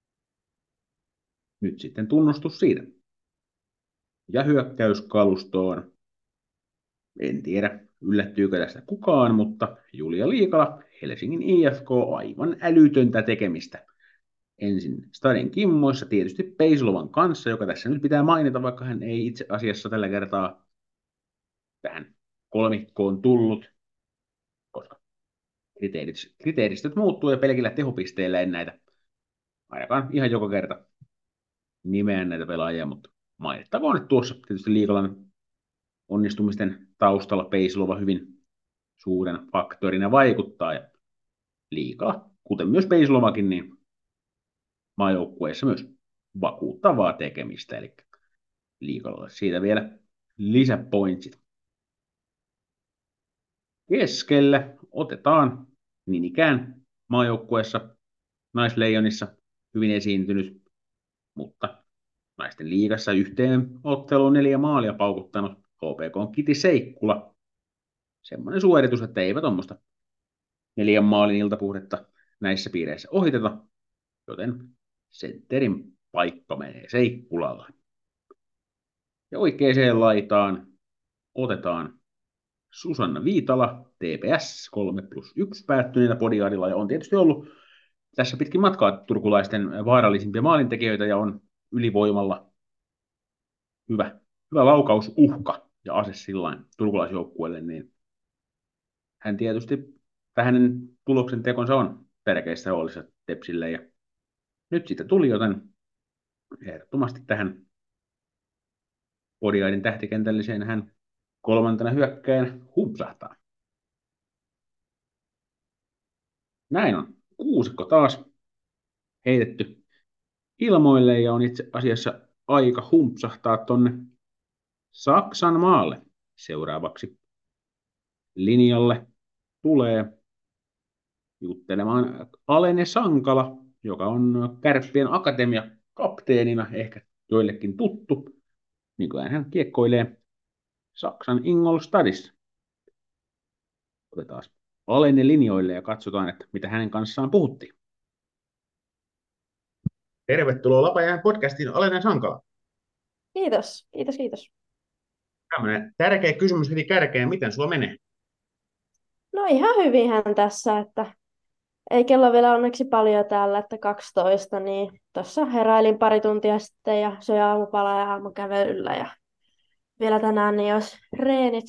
nyt sitten tunnustus siitä. Ja hyökkäyskalustoon. En tiedä, yllättyykö tästä kukaan, mutta Julia Liikala, Helsingin I F K, aivan älytöntä tekemistä. Ensin Stadin kimmoissa, tietysti Peislovan kanssa, joka tässä nyt pitää mainita, vaikka hän ei itse asiassa tällä kertaa tähän kolmikkoon tullut, koska kriteeristöt muuttuu ja pelkillä tehopisteillä en näitä ainakaan ihan joka kerta nimeä näitä pelaajia, mutta mainittakoon nyt tuossa tietysti Liikalan onnistumisten taustalla Peislova hyvin suuren faktorina vaikuttaa ja Liikala, kuten myös Peislovakin, niin maajoukkueessa myös vakuuttavaa tekemistä, eli Liikalalle siitä vielä lisäpointsit. Keskelle otetaan niin ikään maajoukkueessa naisleijonissa hyvin esiintynyt, mutta naisten liigassa yhteen otteluun neljä maalia paukuttanut H P K:n Kiti Seikkula. Semmoinen suoritus, että eipä tuommoista neljän maalin iltapuhdetta näissä piireissä ohiteta, joten sentterin paikka menee Seikkulalla. Ja oikeaan laitaan otetaan Susanna Viitala, T P S kolme plus yksi päättyneellä Podiaadilla, ja on tietysti ollut tässä pitkin matkaa turkulaisten vaarallisimpia maalintekijöitä, ja on ylivoimalla hyvä, hyvä laukausuhka ja ase sillain turkulaisjoukkueelle, niin hän tietysti hänen tuloksen tekonsa on tärkeissä roolissa Tepsille, ja nyt siitä tuli, joten ehdottomasti tähän Podiaadin tähtikentälliseen hän kolmantena hyökkäjänä humpsahtaa. Näin on. Kuusikko taas heitetty ilmoille ja on itse asiassa aika humpsahtaa tonne Saksan maalle. Seuraavaksi linjalle tulee juttelemaan Alene Sankala, joka on Kärppien Akatemia kapteenina, ehkä joillekin tuttu. Nykyään hän kiekkoilee Saksan Ingolstadissa. Otetaan Alene linjoille ja katsotaan, että mitä hänen kanssaan puhuttiin. Tervetuloa Lapajään podcastiin, Alene Sankala. Kiitos, kiitos, kiitos. Tämmöinen tärkeä kysymys heti kärkeen, miten sulla menee? No ihan hyvinhän tässä, että ei kello vielä onneksi paljon täällä, että kaksitoista, niin tuossa heräilin pari tuntia sitten ja söin aamupalaa ja aamukävelyllä ja vielä tänään niin olisi reenit.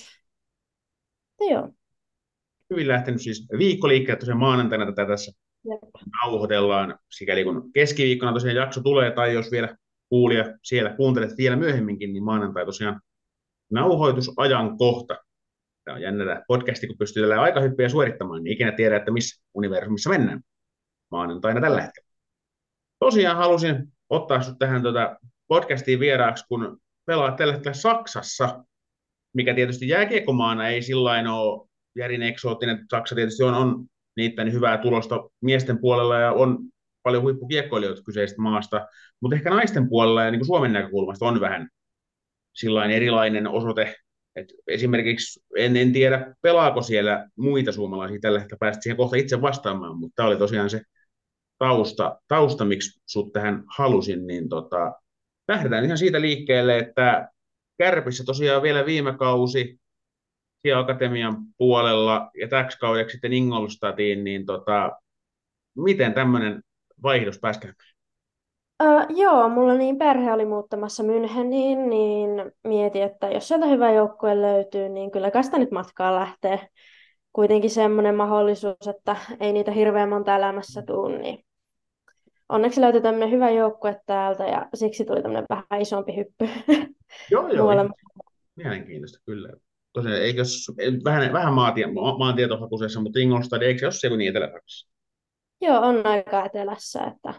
No joo. Hyvin lähtenyt siis viikko liikkeelle tosiaan maanantaina tätä tässä Jep. nauhoitellaan, sikäli kun keskiviikkona tosiaan jakso tulee, tai jos vielä kuulija siellä kuuntelet vielä myöhemminkin, niin maanantai tosiaan nauhoitusajan kohta. Tämä on jännä tämä podcasti, kun pystyy tällä aikahyppyjä suorittamaan, niin ikinä tiedä, että missä universumissa mennään maanantaina tällä hetkellä. Tosiaan halusin ottaa sinut tähän tuota podcastiin vieraaksi, kun pelaat tällä hetkellä Saksassa, mikä tietysti jääkiekkomaana ei sillain ole järin eksoottinen. Saksa tietysti on, on niittänyt hyvää tulosta miesten puolella ja on paljon huippukiekkoilijoita kyseisestä maasta, mutta ehkä naisten puolella ja niin kuin Suomen näkökulmasta on vähän sillain erilainen osoite. Et esimerkiksi en, en tiedä, pelaako siellä muita suomalaisia tällä hetkellä, päästä siihen kohta itse vastaamaan, mutta tämä oli tosiaan se tausta, tausta miksi sut tähän halusin, niin tota, lähdetään ihan siitä liikkeelle, että Kärpissä tosiaan vielä viime kausi siellä Akatemian puolella ja täksi kaudeksi sitten Ingolstadtiin, niin tota, miten tämmöinen vaihdos pääsi käymään? Uh, joo, mulla niin perhe oli muuttamassa Müncheniin, niin mietin, että jos sieltä hyvä joukkue löytyy, niin kyllä kai sitä nyt matkaa lähtee. Kuitenkin semmoinen mahdollisuus, että ei niitä hirveän monta elämässä tule, niin onneksi löytyi tämmöinen hyvä joukkue täältä ja siksi tuli tämmöinen vähän isompi hyppy. Joo, joo, Muualle. ihan mielenkiintoista kyllä. Tosiaan, eikö vähän, vähän maatie, ma, maantietohakuisessa, mutta Ingolstad, eikö se ole se kuin niin Etelä-Saksassa? Joo, on aika etelässä, että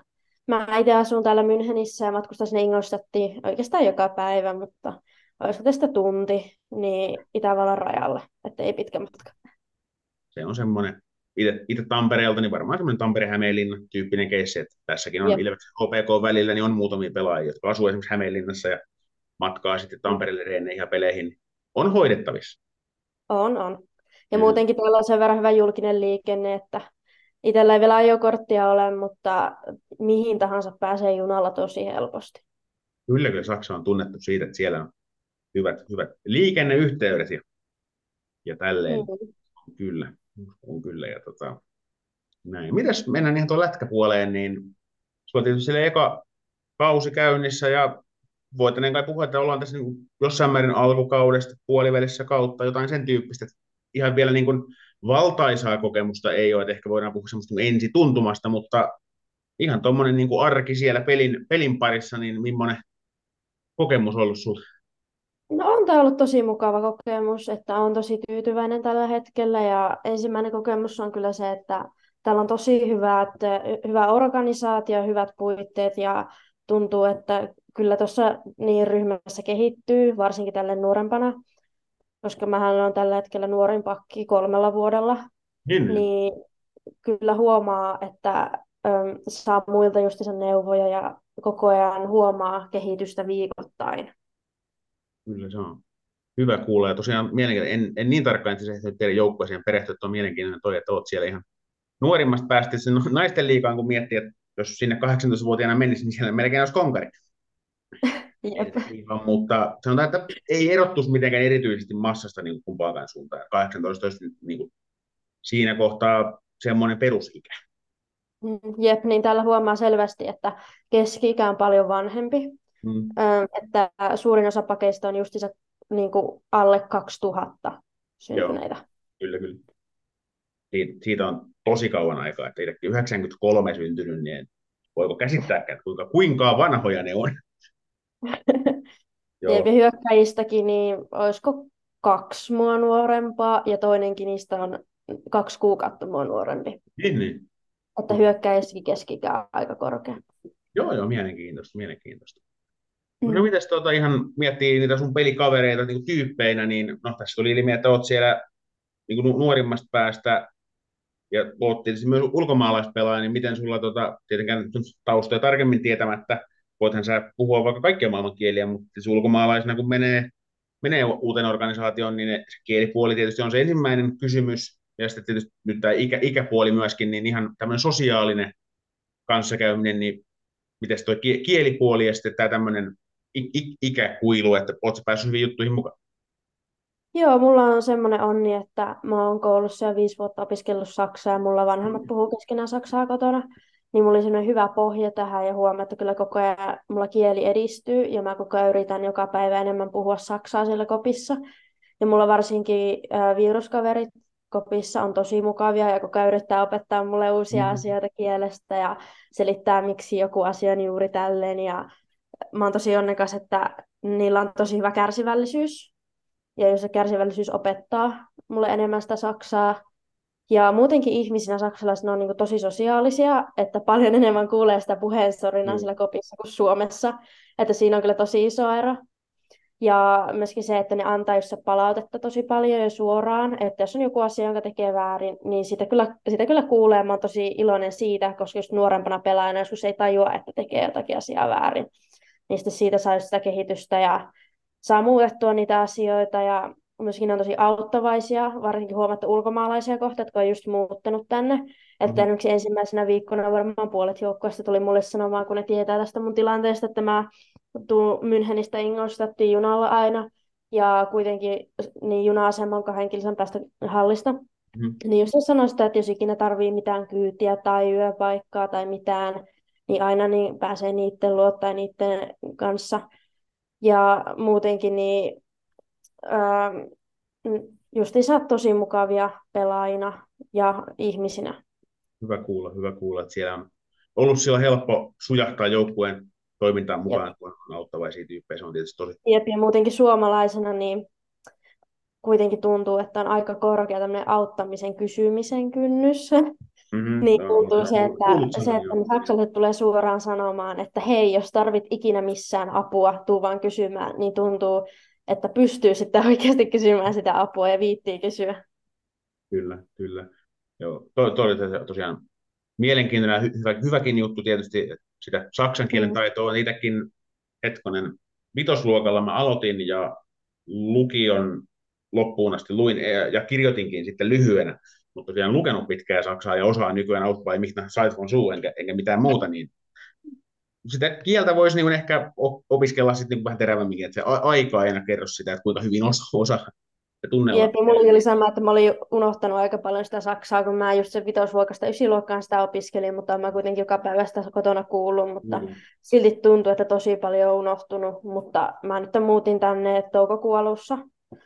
Mä itse asun täällä Münchenissä ja matkustan sinne Ingolstadtiin oikeastaan joka päivä, mutta olisiko tästä tunti, niin Itävallan rajalle, että ei pitkä matka. Se on semmoinen, itse, itse Tampereelta, niin varmaan semmoinen Tampere-Hämeenlinna tyyppinen keissi, että tässäkin on Jep. Ilveksen H P K välillä, niin on muutamia pelaajia, jotka asuu esimerkiksi Hämeenlinnassa ja matkaa sitten Tampereelle reeneihin ja peleihin, niin on hoidettavissa. On, on. Ja Kyllä. muutenkin täällä on sen verran hyvä julkinen liikenne, että itsellä ei vielä ajokorttia ole, mutta mihin tahansa pääsee junalla tosi helposti. Kyllä, kyllä Saksa on tunnettu siitä, että siellä on hyvät, hyvät liikenneyhteydet ja, ja tälleen. Mm. Kyllä, on kyllä. Ja tota, näin. Mitäs mennään ihan tuon lätkäpuoleen, niin sulla on tietysti siellä eka kausi käynnissä ja voitaneen kai puhua, että ollaan tässä niin jossain määrin alkukaudesta, puolivälissä kautta, jotain sen tyyppistä. Ihan vielä niin kuin valtaisaa kokemusta ei ole, että ehkä voidaan puhua semmoista niin ensituntumasta, mutta ihan tuommoinen niin arki siellä pelin, pelin parissa, niin millainen kokemus ollut sulla? No on tämä ollut tosi mukava kokemus, että olen tosi tyytyväinen tällä hetkellä ja ensimmäinen kokemus on kyllä se, että täällä on tosi hyvät, hyvä organisaatio, hyvät puitteet ja tuntuu, että kyllä tuossa niin ryhmässä kehittyy, varsinkin tälle nuorempana, koska mähän olen tällä hetkellä nuorin pakki kolmella vuodella, Niin, niin kyllä huomaa, että äm, saa muilta justiinsa neuvoja ja koko ajan huomaa kehitystä viikoittain. kyllä se on hyvä kuulla. Ja tosiaan mielenkiintoinen, en, en niin tarkkaan itse asiassa teidän joukkueeseen perehtyä, että on mielenkiintoinen toi, että olet siellä ihan nuorimmasta päästä sen naisten liigaan, kun miettii, että jos sinne kahdeksantoista-vuotiaana menisi, niin siellä melkein olisi konkari. Jep. Mutta sanotaan, että ei erottuisi mitenkään erityisesti massasta niin kumpaakaan suuntaan. kahdeksantoista olisi niin kuin siinä kohtaa semmoinen perusikä. Mm, Jep, niin täällä huomaa selvästi, että keski-ikä on paljon vanhempi. Mm. Ö, että suurin osa pakeista on justiinsa niin kuin alle kaksituhatta syntyneitä. Kyllä, kyllä. Siitä, siitä on tosi kauan aikaa, että itsekin yhdeksänkymmentäkolme syntynyt, niin en- voiko käsittääkään, kuinka, kuinka vanhoja ne on. Joo. Jep, ja hyökkäjistäkin, niin olisiko kaksi mua nuorempaa, ja toinenkin niistä on kaksi kuukautta mua nuorempi. Niin, niin. Että hyökkäjistäkin keski-ikä on aika korkea. Joo, joo, mielenkiintoista, mielenkiintoista. No Mm. mitäs tuota, ihan miettii niitä sun pelikavereita niin kuin tyyppeinä, niin no tässä tuli ilmi, että oot siellä niin kuin nu- nuorimmasta päästä ja oot tietysti myös ulkomaalaispelaaja, niin miten sulla tota, tietenkään nyt taustoja tarkemmin tietämättä, voithan sä puhua vaikka kaikkia maailman kieliä, mutta siis ulkomaalaisena kun menee, menee uuteen organisaatioon, niin se kielipuoli tietysti on se ensimmäinen kysymys, ja sitten tietysti nyt tämä ikä, ikäpuoli myöskin, niin ihan tämmöinen sosiaalinen kanssakäyminen, niin miten tuo kielipuoli ja sitten tämä tämmöinen i- i- ikäkuilu, että oletko päässyt hyvin juttuihin mukaan? Joo, mulla on semmoinen onni, että mä oon koulussa jo viisi vuotta opiskellut saksaa ja mulla vanhemmat puhuu keskenään saksaa kotona. Niin mulla oli semmoinen hyvä pohja tähän ja huomaa, että kyllä koko ajan mulla kieli edistyy ja mä koko ajan yritän joka päivä enemmän puhua saksaa siellä kopissa. Ja mulla varsinkin äh, viruskaverit kopissa on tosi mukavia ja koko ajan yrittää opettaa mulle uusia Mm. asioita kielestä ja selittää, miksi joku asia on juuri tälleen. Ja mä oon tosi onnekas, että niillä on tosi hyvä kärsivällisyys. Ja jos se kärsivällisyys opettaa mulle enemmän sitä saksaa. Ja muutenkin ihmisinä saksalaiset on niin tosi sosiaalisia, että paljon enemmän kuulee sitä puheensorinaa Mm. siellä kopissa kuin Suomessa. Että siinä on kyllä tosi iso ero. Ja myöskin se, että ne antaa just palautetta tosi paljon ja suoraan, että jos on joku asia, jonka tekee väärin, niin sitä kyllä, sitä kyllä kuulee. Mä oon tosi iloinen siitä, koska just nuorempana pelaajana joskus ei tajua, että tekee jotakin asiaa väärin. Niin sitten siitä saa just sitä kehitystä ja saa muutettua niitä asioita ja myöskin ne on tosi auttavaisia, varsinkin huomattu ulkomaalaisia kohta, jotka on just muuttanut tänne. Että Mhm. yksi ensimmäisenä viikkona varmaan puolet joukkueesta tuli mulle sanomaan, kun ne tietää tästä mun tilanteesta, että mä tuun Münchenistä Ingolstadtiin junalla aina. Ja kuitenkin niin juna-asema on kahden kilsan päästä hallista. Mhm. Niin jos se sanoo sitä, että jos ikinä tarvii mitään kyytiä tai yöpaikkaa tai mitään, niin aina niin pääsee niiden luo tai niiden kanssa. Ja muutenkin niin ää, justiinsa tosi mukavia pelaajina ja ihmisinä. Hyvä kuulla, hyvä kuulla, että siellä on ollut siellä helppo sujahtaa joukkueen toimintaan mukaan, kun on auttavaisia tyyppejä. Se on tietysti tosi. Jep, ja muutenkin suomalaisena niin kuitenkin tuntuu, että on aika korkea tämmöinen auttamisen kysymisen kynnys. Mm-hmm. Niin No, tuntuu olen se, kuullut, että, kuullut se, sanan, että joo. ne saksalaiset tulee suoraan sanomaan, että hei, jos tarvit ikinä missään apua, tuu vaan kysymään, niin tuntuu, että pystyy sitten oikeasti kysymään sitä apua ja viittii kysyä. Kyllä, kyllä. Joo, toi, toi oli tos- tosiaan mielenkiintoinen ja hy- hyvä, hyväkin juttu tietysti, että sitä saksan kielen Mm. taitoa on itsekin hetkonen vitosluokalla mä aloitin ja lukion loppuun asti luin ja ja kirjoitinkin sitten lyhyenä, mutta tosiaan lukenut pitkää saksaa ja osaan nykyään auttaa mistä sait von suu enkä, enkä mitään muuta, niin sitä kieltä voisi niin ehkä o- opiskella sitten niin vähän terävämminkin, että se a- aika ei aina kerro sitä, että kuinka hyvin osaa, osaa ja tunnella. Jep, ja mulla oli sama, että mä olin unohtanut aika paljon sitä saksaa, kun mä just sen vitosluokasta ysiluokkaan sitä opiskelin, mutta mä kuitenkin joka päivä sitä kotona kuullut, mutta Mm. silti tuntuu, että tosi paljon on unohtunut, mutta mä nyt muutin tänne toukokuun alussa,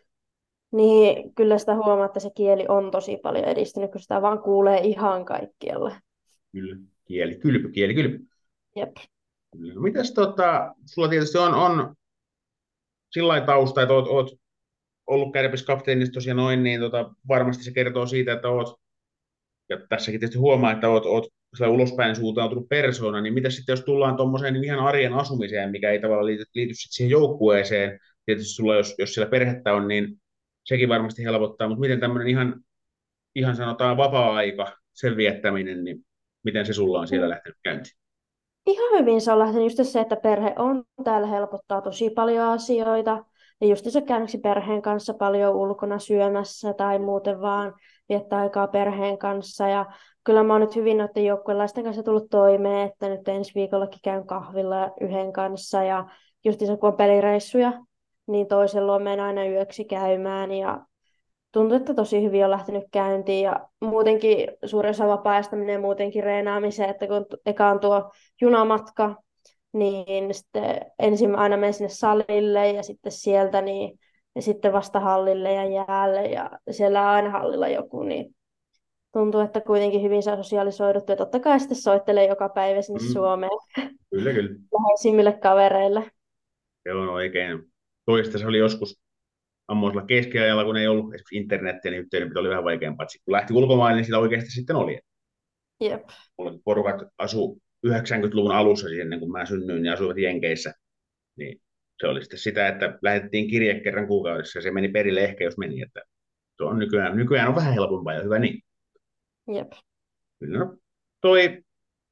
niin kyllä sitä huomaa, että se kieli on tosi paljon edistynyt, kun sitä vaan kuulee ihan kaikkialle. Kyllä, kieli, kylpy, kieli, kylpy. Jep. Kyllä. No mitäs tota, sulla tietysti on, on sillä lailla tausta, että oot, oot ollut kärpiskapteenistossa ja noin, niin tota, varmasti se kertoo siitä, että oot, ja tässäkin tietysti huomaa, että oot, oot sillä ulospäin suuntautunut persoona, niin mitä sitten jos tullaan tuommoiseen niin ihan arjen asumiseen, mikä ei tavallaan liity, liity sit siihen joukkueeseen, tietysti sulla, jos, jos siellä perhettä on, niin sekin varmasti helpottaa, mutta miten tämmöinen ihan, ihan sanotaan vapaa-aika, sen viettäminen, niin miten se sulla on siellä lähtenyt käyntiin? Ihan hyvin se on lähtenyt just se, että perhe on täällä helpottaa tosi paljon asioita. Ja just se käynniksi perheen kanssa paljon ulkona syömässä tai muuten vaan viettää aikaa perheen kanssa. Ja kyllä mä oon nyt hyvin noiden joukkuelaisten kanssa tullut toimeen, että nyt ensi viikollakin käyn kahvilla yhden kanssa. Ja just se, kun on pelireissuja, niin toisen luo menen aina yöksi käymään. Ja tuntuu, että tosi hyvin on lähtenyt käyntiin ja muutenkin suurin osa vapaa-ajasta menee muutenkin reenaamiseen, että kun eka on tuo junamatka, niin sitten ensin aina menen sinne salille ja sitten sieltä niin, ja sitten vasta hallille ja jäälle ja siellä on aina hallilla joku, niin tuntuu, että kuitenkin hyvin saa sosiaalisoiduttu ja totta kai sitten soittelee joka päivä sinne Mm, Suomeen kyllä, kyllä. läheisimmille kavereille. Se on oikein. Toista se oli joskus ammoisella keskiajalla, kun ei ollut esimerkiksi internetiä, niin yhteydenpito oli vähän vaikeampaa. Sitten kun lähti ulkomaille, niin sitä oikeasti sitten oli. Jep. Mulla porukat asu yhdeksänkymmentäluvun alussa, siis ennen kuin mä synnyin, niin asuivat Jenkeissä. Niin se oli sitten sitä, että lähetettiin kirje kerran kuukaudessa ja se meni perille ehkä, jos meni. Että se on nykyään, nykyään on vähän helpompaa ja hyvä niin. Jep. Kyllä, no, toi,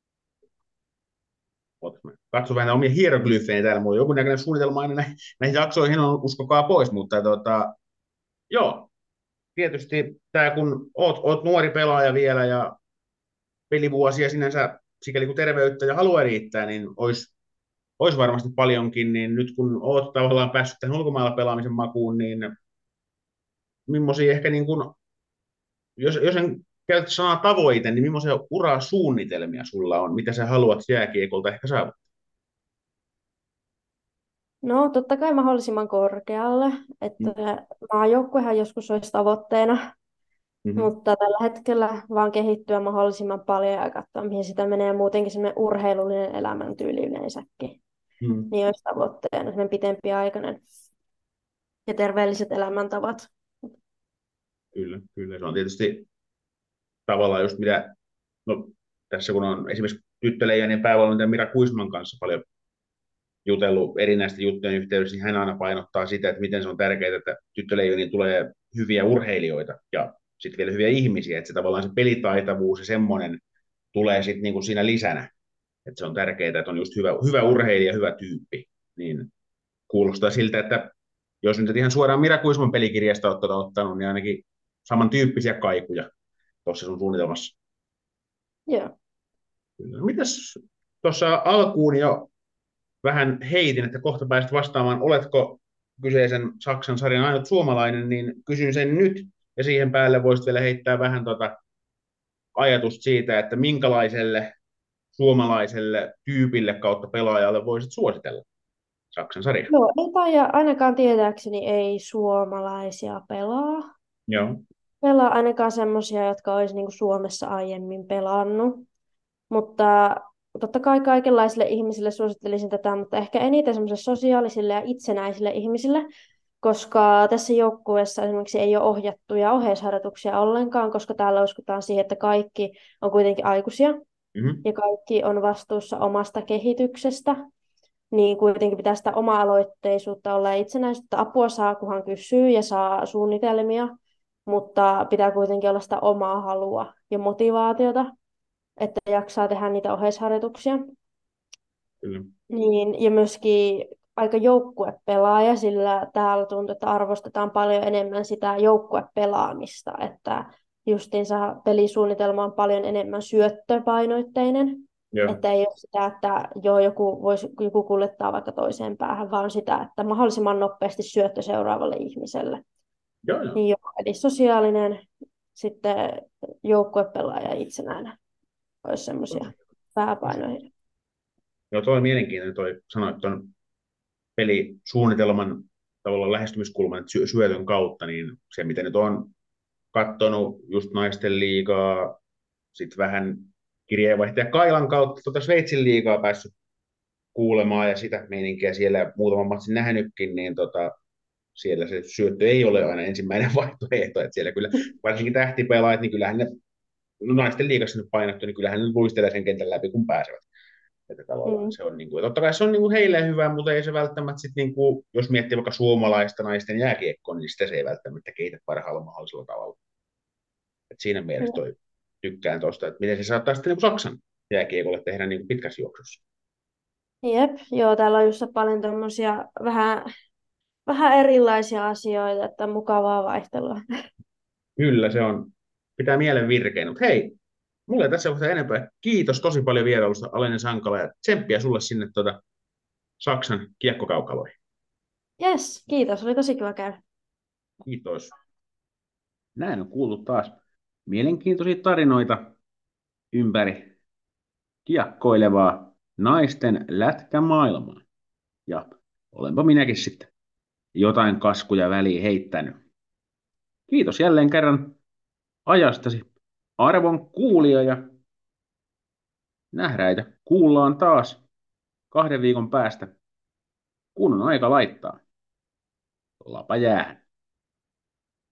ootas mä katson vähän omia hieroglyfejä täällä. Mulla on joku näköinen suunnitelma aina näihin, näihin jaksoihin on, uskokaa pois, mutta tota, joo, tietysti tämä kun oot, oot nuori pelaaja vielä ja pelivuosia sinänsä sikäli kun terveyttä ja halua riittää, niin olisi olis varmasti paljonkin, niin nyt kun oot tavallaan päässyt tähän ulkomailla pelaamisen makuun, niin millaisia ehkä niin kuin, jos, jos en käytä sanaa tavoite, niin millaisia urasuunnitelmia sulla on, mitä sä haluat jääkiekolta ehkä saavuttaa? No totta kai mahdollisimman korkealle, että maajoukkuehan joskus olisi tavoitteena, Mm-hmm. mutta tällä hetkellä vaan kehittyä mahdollisimman paljon ja katsoa, mihin sitä menee muutenkin semmoinen urheilullinen elämäntyyli yleensäkin. Mm-hmm. Niin olisi tavoitteena semmoinen pitempiaikainen ja terveelliset elämäntavat. Kyllä, kyllä. Se on tietysti tavallaan just mitä, no tässä kun on esimerkiksi tyttöleijonien päävalmentaja Mira Kuisman kanssa paljon jutellut erinäistä juttujen yhteydessä, niin hän aina painottaa sitä, että miten se on tärkeää, että tyttöleijoniin tulee hyviä urheilijoita ja sitten vielä hyviä ihmisiä, että se tavallaan se pelitaitavuus ja semmoinen tulee sitten niinku siinä lisänä, että se on tärkeää, että on just hyvä, hyvä urheilija, hyvä tyyppi, niin kuulostaa siltä, että jos nyt et ihan suoraan Mira Kuisman pelikirjasta olet ottanut, niin ainakin samantyyppisiä kaikuja tuossa sun suunnitelmassa. Joo. Kyllä. Mitäs tuossa alkuun jo vähän heitin, että kohta pääset vastaamaan, oletko kyseisen Saksan sarjan ainut suomalainen, niin kysyn sen nyt, ja siihen päälle voisit vielä heittää vähän tota ajatusta siitä, että minkälaiselle suomalaiselle tyypille kautta pelaajalle voisit suositella Saksan sarjaa. Joo, ei taida, ainakaan tietääkseni ei suomalaisia pelaa. Joo. Pelaa ainakaan semmoisia, jotka olisi niin kuin Suomessa aiemmin pelannut. Mutta totta kai kaikenlaisille ihmisille suosittelisin tätä, mutta ehkä eniten semmoisille sosiaalisille ja itsenäisille ihmisille, koska tässä joukkueessa esimerkiksi ei ole ohjattuja oheisharjoituksia ollenkaan, koska täällä uskotaan siihen, että kaikki on kuitenkin aikuisia Mm-hmm. ja kaikki on vastuussa omasta kehityksestä, niin kuitenkin pitää sitä oma-aloitteisuutta olla ja itsenäisyyttä. Apua saa, kunhan kysyy ja saa suunnitelmia, mutta pitää kuitenkin olla sitä omaa halua ja motivaatiota, että jaksaa tehdä niitä oheisharjoituksia. Kyllä. Niin, ja myöskin aika joukkuepelaaja, sillä täällä tuntuu, että arvostetaan paljon enemmän sitä joukkuepelaamista, että justiinsa pelisuunnitelma on paljon enemmän syöttöpainoitteinen, Joo. että ei ole sitä, että joo, joku, voisi, joku kuljettaa vaikka toiseen päähän, vaan sitä, että mahdollisimman nopeasti syöttö seuraavalle ihmiselle. Joo, joo. Niin joo, eli sosiaalinen, sitten joukkuepelaaja itsenäinen olisi semmoisia pääpainoja. Joo, toi on mielenkiintoinen, toi sanoit tuon pelisuunnitelman tavallaan lähestymiskulman, että syö- syötön kautta, niin se, mitä nyt on katsonut just naisten liigaa, sitten vähän kirjeenvaihtaja Kailan kautta tuota Sveitsin liigaa päässyt kuulemaan ja sitä meininkiä siellä muutaman matsin nähnytkin, niin tota, siellä se syöttö ei ole aina ensimmäinen vaihtoehto, että siellä kyllä varsinkin tähtipelaajat, niin kyllähän ne, no naisten liigassa nyt painottu, niin kyllähän ne luistelee sen kentän läpi, kun pääsevät. Että tavallaan Mm. se on, niin kuin, totta kai se on niin kuin heille hyvä, mutta ei se välttämättä sit, niin kuin, jos miettii vaikka suomalaista naisten jääkiekkoa, niin sitä se ei välttämättä kehitä parhaalla mahdollisella tavalla. Et siinä mielessä toi, tykkään tuosta, että miten se saattaa sitten niin kuin Saksan jääkiekolle tehdä niin kuin pitkässä juoksussa. Jep, joo, täällä on just paljon tämmöisiä vähän, vähän erilaisia asioita, että mukavaa vaihtelua. Kyllä se on, pitää mielen virkein, mutta hei, mulla ei tässä kohtaa enempää. Kiitos tosi paljon vierailusta, Alenen Sankala, ja tsemppiä sulle sinne tuota Saksan kiekkokaukaloihin. Jes, kiitos, oli tosi kiva käydä. Kiitos. Näin on kuultu taas mielenkiintoisia tarinoita ympäri kiekkoilevaa naisten lätkämaailmaa. Ja olenpa minäkin sitten jotain kaskuja väliin heittänyt. Kiitos jälleen kerran ajastasi, arvon kuulija, ja nähdään ja kuullaan taas kahden viikon päästä, kun on aika laittaa lapa jäähän.